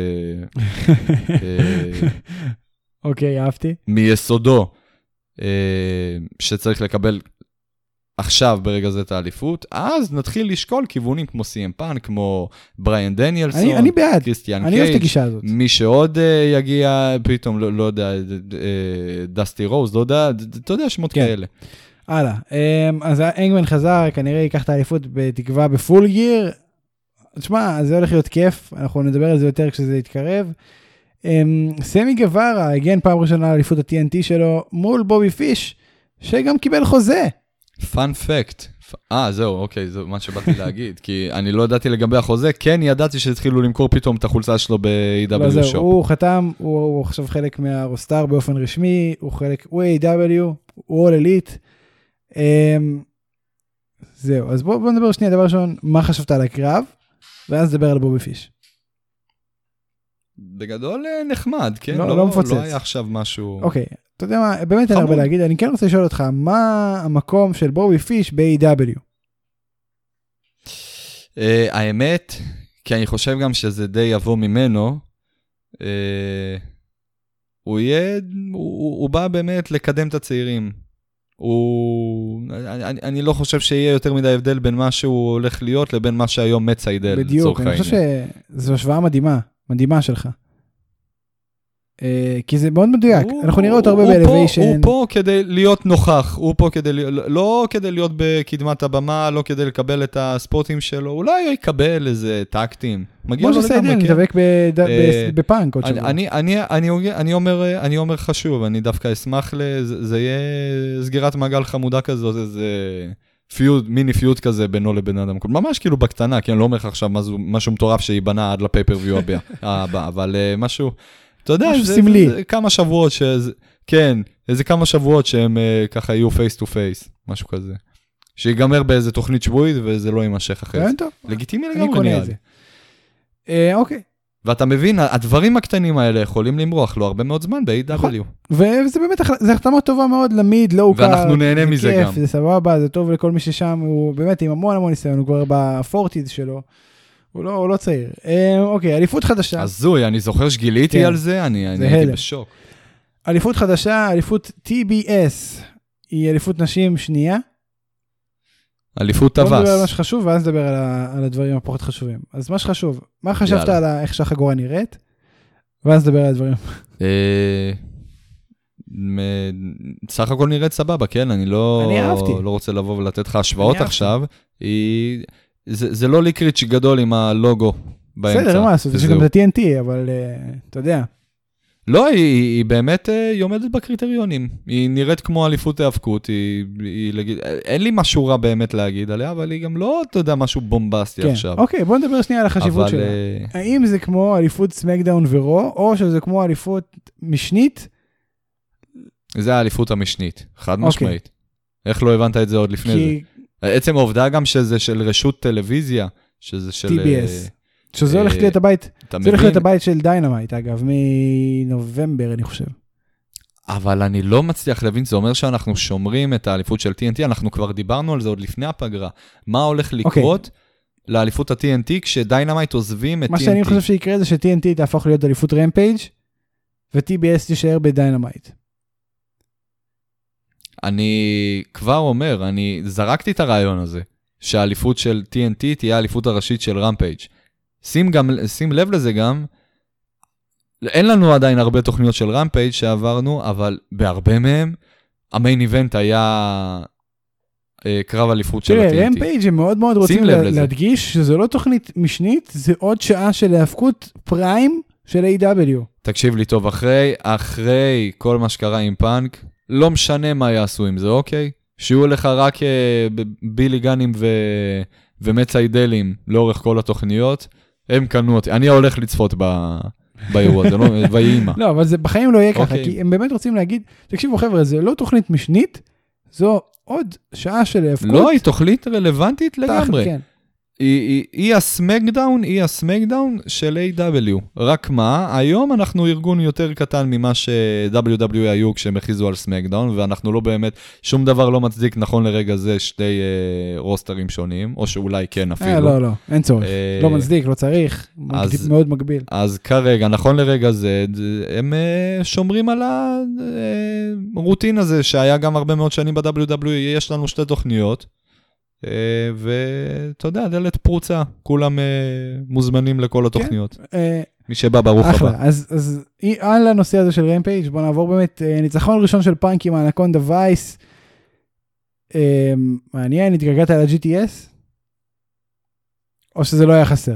אוקיי, אהבתי. מיסודו, שצריך לקבל עכשיו ברגע זה את האליפות, אז נתחיל לשקול כיוונים כמו סי-אם פאנק, כמו בריאן דניאלסון, אני, אני בעד. קריסטיאן אני אוהב את הגישה הזאת. מי שעוד uh, יגיע פתאום, לא, לא יודע, uh, דסטי רוז, לא יודע, אתה יודע, שמות כן. כאלה. הלאה, um, אז אנגמן חזר, כנראה ייקח את האליפות בתקווה בפול גיר, תשמע, זה הולך להיות כיף, אנחנו נדבר על זה יותר כשזה יתקרב. Um, סמי גווארה הגן פעם ראשונה על אליפות ה-טי אן טי שלו, מול בובי פיש, שגם קיבל חוזה. פאנ פקט. אה, זהו, אוקיי, זה מה שבאתי להגיד, כי אני לא ידעתי לגבי החוזה, כן ידעתי שהתחילו למכור פתאום את החולצה שלו ב-איי דאבליו לא, שופ. זהו, הוא חתם, הוא, הוא עכשיו חלק מהרוסטאר באופן רשמי, הוא חלק, הוא איי דאבליו, הוא אול אליט. Um, זהו, אז בואו בוא נדבר שנייה, דבר ראשון, מה חשבת על הקרב, ואז נדבר על בובי פיש. בגדול נחמד, כן? לא, לא, לא מפוצץ. לא היה עכשיו משהו... אוקיי, אתה יודע מה, באמת אין הרבה להגיד, אני כן רוצה לשאול אותך, מה המקום של בובי פיש ב-איי דאבליו? Uh, האמת, כי אני חושב גם שזה די יבוא ממנו, uh, הוא יהיה, הוא, הוא בא באמת לקדם את הצעירים. הוא, אני, אני לא חושב שיהיה יותר מדי הבדל בין מה שהוא הולך להיות לבין מה שהיום מציידל. בדיוק, אני חושב שזו השוואה מדהימה, מדהימה שלך. כי זה מאוד מדויק, אנחנו נראה אותו הרבה באלוויישן. הוא פה כדי להיות נוכח, הוא פה כדי, לא כדי להיות בקדמת הבמה, לא כדי לקבל את הספוטים שלו, אולי הוא יקבל איזה טקטים. כמו שסיידל, נדבק בפאנק עוד שבוע. אני אומר חשוב, אני דווקא אשמח, זה יהיה סגירת מעגל חמודה כזאת, איזה פיוד, מיני פיוד כזה בינו לבין אדם, ממש כאילו בקטנה, כי אני לא אומר לך עכשיו משהו מטורף שיבנה עד לפייפריוויו הבא, אבל משהו... אתה יודע, זה, זה, זה כמה שבועות ש... כן, איזה כמה שבועות שהם uh, ככה יהיו פייס טו פייס, משהו כזה. שיגמר באיזה תוכנית שבועית וזה לא יימשך אחרי זה. לגיטימי לגמרי נראה לי. אה, אוקיי. ואתה מבין, הדברים הקטנים האלה יכולים למרוח לו הרבה מאוד זמן ב-איי דאבליו. וזה באמת, זה החתמה טובה מאוד למיד, לא הוכר. ואנחנו נהנה מזה כיף, גם. זה סבבה, זה טוב לכל מי ששם, הוא באמת עם המון המון ניסיון, הוא כבר בפורטיז שלו. הוא לא, הוא לא צעיר. אה, אוקיי, אליפות חדשה. הזוי, אני זוכר שגיליתי כן. על זה, אני, זה אני הייתי בשוק. אליפות חדשה, אליפות טי בי אס, היא אליפות נשים שנייה. אליפות טווס. בוא נדבר על מה שחשוב, ואז נדבר על, ה, על הדברים הפחות חשובים. אז מה שחשוב, מה חשבת יאללה. על איך שהחגורה נראית? ואז נדבר על הדברים. אה... סך הכל נראית סבבה, כן? אני לא, אני אהבתי. לא רוצה לבוא ולתת לך השוואות עכשיו. היא... זה, זה לא ליקריץ' גדול עם הלוגו באמצע. בסדר, מה לעשות, זה שגם זה טי אן טי, אבל uh, אתה יודע. לא, היא, היא באמת, uh, היא עומדת בקריטריונים. היא נראית כמו אליפות האבקות, היא, היא להגיד, אין לי משהו רע באמת להגיד עליה, אבל היא גם לא, אתה יודע, משהו בומבסטי כן. עכשיו. אוקיי, בוא נדבר שנייה על החשיבות אבל, שלה. Uh... האם זה כמו אליפות סמקדאון ורו, או שזה כמו אליפות משנית? זה האליפות המשנית, חד אוקיי. משמעית. איך לא הבנת את זה עוד לפני כי... זה? עצם העובדה גם שזה של רשות טלוויזיה, שזה של... טי בי אס. שזה הולך להיות הבית, זה הולך להיות הבית של דיינמייט, אגב, מנובמבר, אני חושב. אבל אני לא מצליח להבין, זה אומר שאנחנו שומרים את האליפות של טי אן טי, אנחנו כבר דיברנו על זה עוד לפני הפגרה. מה הולך לקרות לאליפות ה-טי אן טי, כשדיינמייט עוזבים את טי אן טי? מה שאני חושב שיקרה זה ש-טי אן טי תהפוך להיות אליפות רמפייג' ו-טי בי אס תישאר בדיינמייט. אני כבר אומר, אני זרקתי את הרעיון הזה, שהאליפות של טי אן טי תהיה האליפות הראשית של רמפייג'. שים, גם, שים לב לזה גם, אין לנו עדיין הרבה תוכניות של רמפייג' שעברנו, אבל בהרבה מהם, המיין איבנט היה אה, קרב אליפות של ה-טי אן טי. תראה, רמפייג' הם מאוד מאוד רוצים לה, להדגיש, שזה לא תוכנית משנית, זה עוד שעה של להפקות פריים, של איי דאבליו. תקשיב לי טוב, אחרי, אחרי כל מה שקרה עם פאנק, לא משנה מה יעשו עם זה, אוקיי? שיהיו לך רק uh, בילי גנים ו... ומציידלים לאורך כל התוכניות, הם קנו אותי. אני הולך לצפות ב... באירוע, זה לא... באימא. לא, אבל זה בחיים לא יהיה ככה, כי הם באמת רוצים להגיד, תקשיבו חבר'ה, זה לא תוכנית משנית, זו עוד שעה של הפקות. לא, היא תוכנית רלוונטית לגמרי. כן. היא, היא, היא הסמקדאון, היא הסמקדאון של איי דאבליו. רק מה, היום אנחנו ארגון יותר קטן ממה ש-דאבליו דאבליו איי היו כשהם הכריזו על סמקדאון, ואנחנו לא באמת, שום דבר לא מצדיק נכון לרגע זה שתי אה, רוסטרים שונים, או שאולי כן אפילו. אה, לא, לא, אין צורך. אה, לא מצדיק, לא צריך, אז, מאוד מגביל. אז כרגע, נכון לרגע זה, הם אה, שומרים על הרוטין הזה, שהיה גם הרבה מאוד שנים ב-דאבליו דאבליו איי, יש לנו שתי תוכניות, ואתה יודע, דלת פרוצה, כולם מוזמנים לכל התוכניות. מי שבא ברוך הבא. אחלה, אז על הנושא הזה של רמפייג' בוא נעבור באמת, ניצחון ראשון של פאנק עם האנקונדה וייס, מעניין, התגלגלת על ה-ג'י טי אס? או שזה לא היה חסר?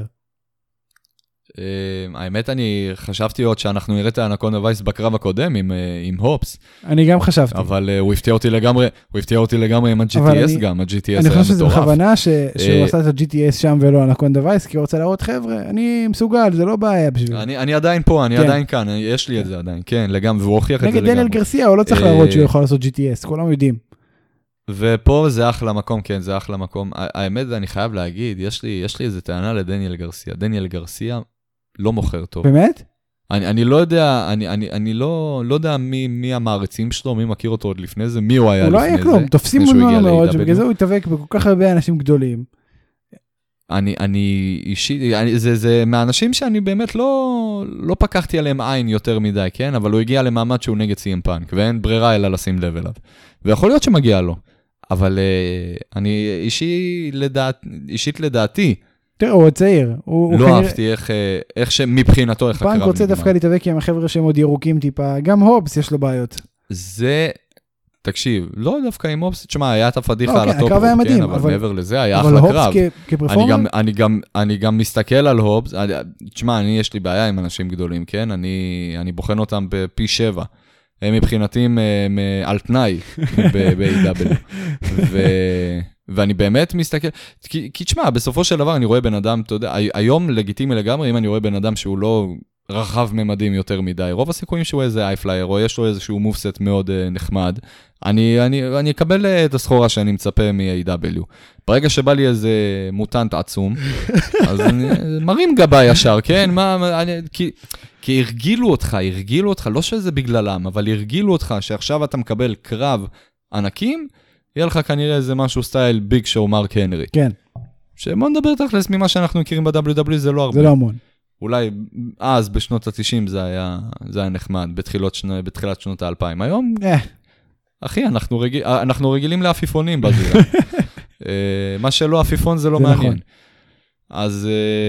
האמת, אני חשבתי עוד שאנחנו נראה את האנקונדה וייס בקרב הקודם עם הופס. אני גם חשבתי. אבל הוא הפתיע אותי לגמרי, הוא הפתיע אותי לגמרי עם ה-ג'י טי אס גם, ה-ג'י טי אס היה מטורף. אני חושב שזה בכוונה שהוא עשה את ה-ג'י טי אס שם ולא האנקונדה וייס, כי הוא רוצה להראות חבר'ה, אני מסוגל, זה לא בעיה בשביל. אני עדיין פה, אני עדיין כאן, יש לי את זה עדיין, כן, לגמרי, והוא הוכיח את זה לגמרי. נגד דניאל גרסיה, הוא לא צריך להראות שהוא יכול לעשות ג'י טי אס, כולם יודעים. ופה זה אחלה מקום, כן, זה אחלה מקום. האמת, אני חייב להגיד, יש לי, יש לי איזו טענה לדניאל גרסיה. דניאל גרסיה לא מוכר טוב. באמת? אני, אני לא יודע, אני, אני, אני לא, לא יודע מי, מי המעריצים שלו, מי מכיר אותו עוד לפני זה, מי הוא היה לפני זה. הוא לא היה כלום, תופסים ממנו מאוד, שבגלל זה הוא התאבק בכל כך הרבה אנשים גדולים. אני, אני אישי, אני, זה, זה מהאנשים שאני באמת לא, לא פקחתי עליהם עין יותר מדי, כן? אבל הוא הגיע למעמד שהוא נגד סי אם פאנק, ואין ברירה אלא לשים לב אליו. ויכול להיות שמגיע לו, אבל אני אישי לדעת, אישית לדעתי, תראה, הוא צעיר. לא אהבתי איך, איך שמבחינתו, איך הקרב נגמר. פאנק רוצה דווקא להתאבק עם החבר'ה שהם עוד ירוקים טיפה, גם הובס יש לו בעיות. זה, תקשיב, לא דווקא עם הובס, תשמע, היה את הפדיחה על הטופ, כן, אבל מעבר לזה היה אחלה קרב. אבל הובס כפרפורמר? אני גם מסתכל על הובס, תשמע, אני יש לי בעיה עם אנשים גדולים, כן? אני בוחן אותם בפי שבע. הם מבחינתיים על תנאי ב-איי דאבליו. ואני באמת מסתכל, כי, כי תשמע, בסופו של דבר אני רואה בן אדם, אתה יודע, היום לגיטימי לגמרי, אם אני רואה בן אדם שהוא לא רחב ממדים יותר מדי, רוב הסיכויים שהוא איזה אייפלייר, או יש לו איזשהו מובסט מאוד uh, נחמד, אני, אני, אני אקבל את הסחורה שאני מצפה מ-איי דאבליו. ברגע שבא לי איזה מוטנט עצום, אז אני מרים גבה ישר, כן? מה, אני, כי, כי הרגילו אותך, הרגילו אותך, לא שזה בגללם, אבל הרגילו אותך שעכשיו אתה מקבל קרב ענקים, יהיה לך כנראה איזה משהו סטייל ביג שואו מרק הנרי. כן. שבוא נדבר תכלס ממה שאנחנו מכירים ב-דאבליו דאבליו, זה לא הרבה. זה לא המון. אולי אז בשנות ה-תשעים זה היה, זה היה נחמד, בתחילות, בתחילת שנות ה-אלפיים. היום, אחי, אנחנו, רגיל, אנחנו רגילים לאפיפונים בזירה. מה שלא אפיפון זה לא זה מעניין. נכון. אז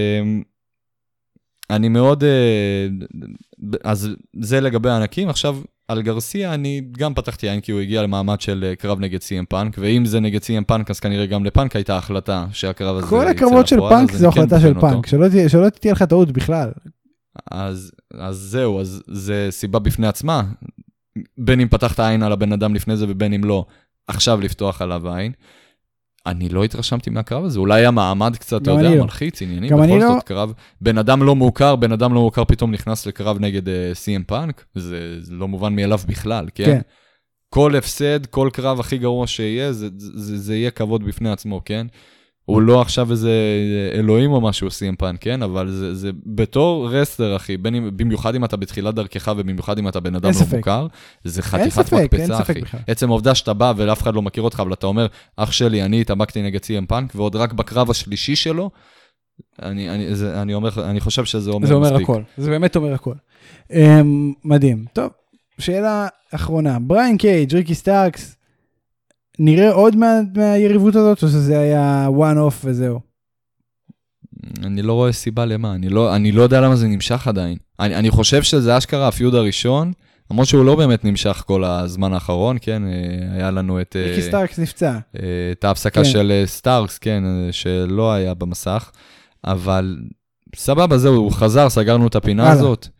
אני מאוד, אז זה לגבי הענקים. עכשיו, על גרסיה אני גם פתחתי עין כי הוא הגיע למעמד של קרב נגד סי אם פאנק, ואם זה נגד סי אם פאנק, אז כנראה גם לפאנק הייתה החלטה שהקרב הזה... כל הקרבות של פאנק זו החלטה של פאנק, שלא תהיה לך טעות בכלל. אז זהו, אז זה סיבה בפני עצמה, בין אם פתחת עין על הבן אדם לפני זה ובין אם לא, עכשיו לפתוח עליו עין. אני לא התרשמתי מהקרב הזה, אולי היה מעמד קצת, אתה יודע, מלחיץ, עניינים, בכל זאת קרב, בן אדם לא מוכר, בן אדם לא מוכר פתאום נכנס לקרב נגד סי אם פאנק, זה לא מובן מאליו בכלל, כן? כל הפסד, כל קרב הכי גרוע שיהיה, זה יהיה כבוד בפני עצמו, כן? הוא לא עכשיו איזה אלוהים או משהו סי אם פאנק, כן? אבל זה בתור רסלר, אחי, במיוחד אם אתה בתחילת דרכך, ובמיוחד אם אתה בן אדם לא מוכר, זה חתיכת מקפצה, אחי. עצם העובדה שאתה בא ולאף אחד לא מכיר אותך, אבל אתה אומר, אח שלי, אני התאבקתי נגד סי אם פאנק, ועוד רק בקרב השלישי שלו, אני, אני, זה, אני אומר, אני חושב שזה אומר מספיק. זה אומר הכל, זה באמת אומר הכל. מדהים. טוב, שאלה אחרונה. בריין קייג', ריקי סטארקס, נראה עוד מה, מהיריבות הזאת, או שזה היה one off וזהו? אני לא רואה סיבה למה, אני לא, אני לא יודע למה זה נמשך עדיין. אני, אני חושב שזה אשכרה הפיוד הראשון, למרות שהוא לא באמת נמשך כל הזמן האחרון, כן, היה לנו את... ריקי סטארקס נפצע. את ההפסקה כן. של סטארקס, כן, שלא היה במסך, אבל סבבה, זהו, הוא חזר, סגרנו את הפינה הלאה. הזאת.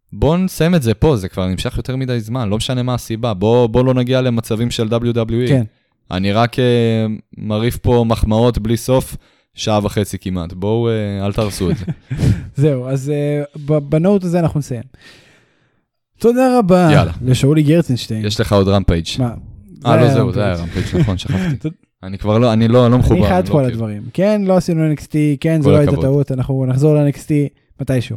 בוא נסיים את זה פה, זה כבר נמשך יותר מדי זמן, לא משנה מה הסיבה, בוא, בוא לא נגיע למצבים של דאבליו דאבליו אי. כן. אני רק uh, מריף פה מחמאות בלי סוף, שעה וחצי כמעט, בואו uh, אל תרסו את זה. זהו, אז uh, בנוט הזה אנחנו נסיים. תודה רבה יאללה. לשאולי גרצנשטיין. יש לך עוד רמפייג'. מה? אה, לא זהו, זה היה רמפייג', נכון, שכחתי. אני כבר לא, אני לא, לא מחובר. אני חד כל הדברים. כן, לא עשינו אן אקס טי, כן, זו לא הייתה טעות, אנחנו נחזור ל-אן אקס טי מתישהו.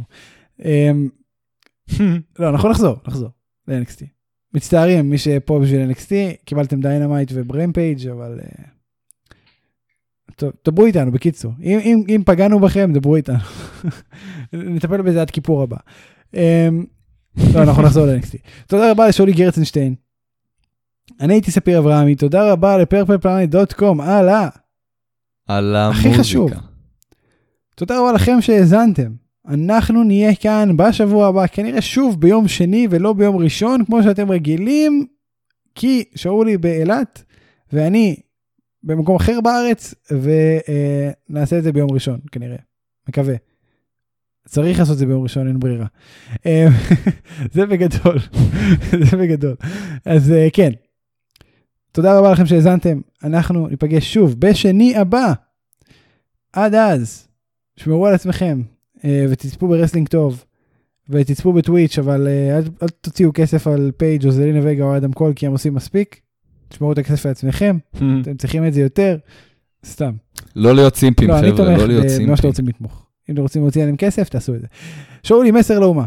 לא, אנחנו נחזור, נחזור ל-אן אקס טי. מצטערים, מי שפה בשביל אן אקס טי, קיבלתם דיינמייט וברמפייג', אבל... טוב, דברו איתנו, בקיצור. אם, אם, אם פגענו בכם, דברו איתנו. נטפל בזה עד כיפור הבא. לא, אנחנו נחזור ל-אן אקס טי. תודה רבה לשאולי גרצנשטיין. אני הייתי ספיר אברהמי, תודה רבה לפרפל פלנט דוט קום, הלאה. על המוזיקה. הכי חשוב. תודה רבה לכם שהאזנתם. אנחנו נהיה כאן בשבוע הבא, כנראה שוב ביום שני ולא ביום ראשון, כמו שאתם רגילים, כי שאולי באילת, ואני במקום אחר בארץ, ונעשה את זה ביום ראשון, כנראה. מקווה. צריך לעשות את זה ביום ראשון, אין ברירה. זה בגדול. זה בגדול. אז כן. תודה רבה לכם שהאזנתם. אנחנו ניפגש שוב בשני הבא. עד אז, שמרו על עצמכם, ותצפו ברסלינג טוב, ותצפו בטוויץ', אבל אל, אל תוציאו כסף על פייג' או זלינה וגה או אדם קול, כי הם עושים מספיק. תשמרו את הכסף לעצמכם. אתם צריכים את זה יותר. סתם. לא להיות סימפים, חבר'ה. לא להיות סימפים. לא, אני תומך במה שאתם רוצים לתמוך. אם אתם רוצים להוציא עליהם כסף, תעשו את זה. שאולי, מסר לאומה.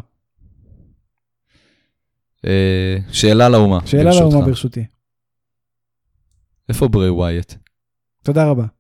שאלה לאומה. שאלה לאומה ברשותי. איפה ברי ווייט? תודה רבה.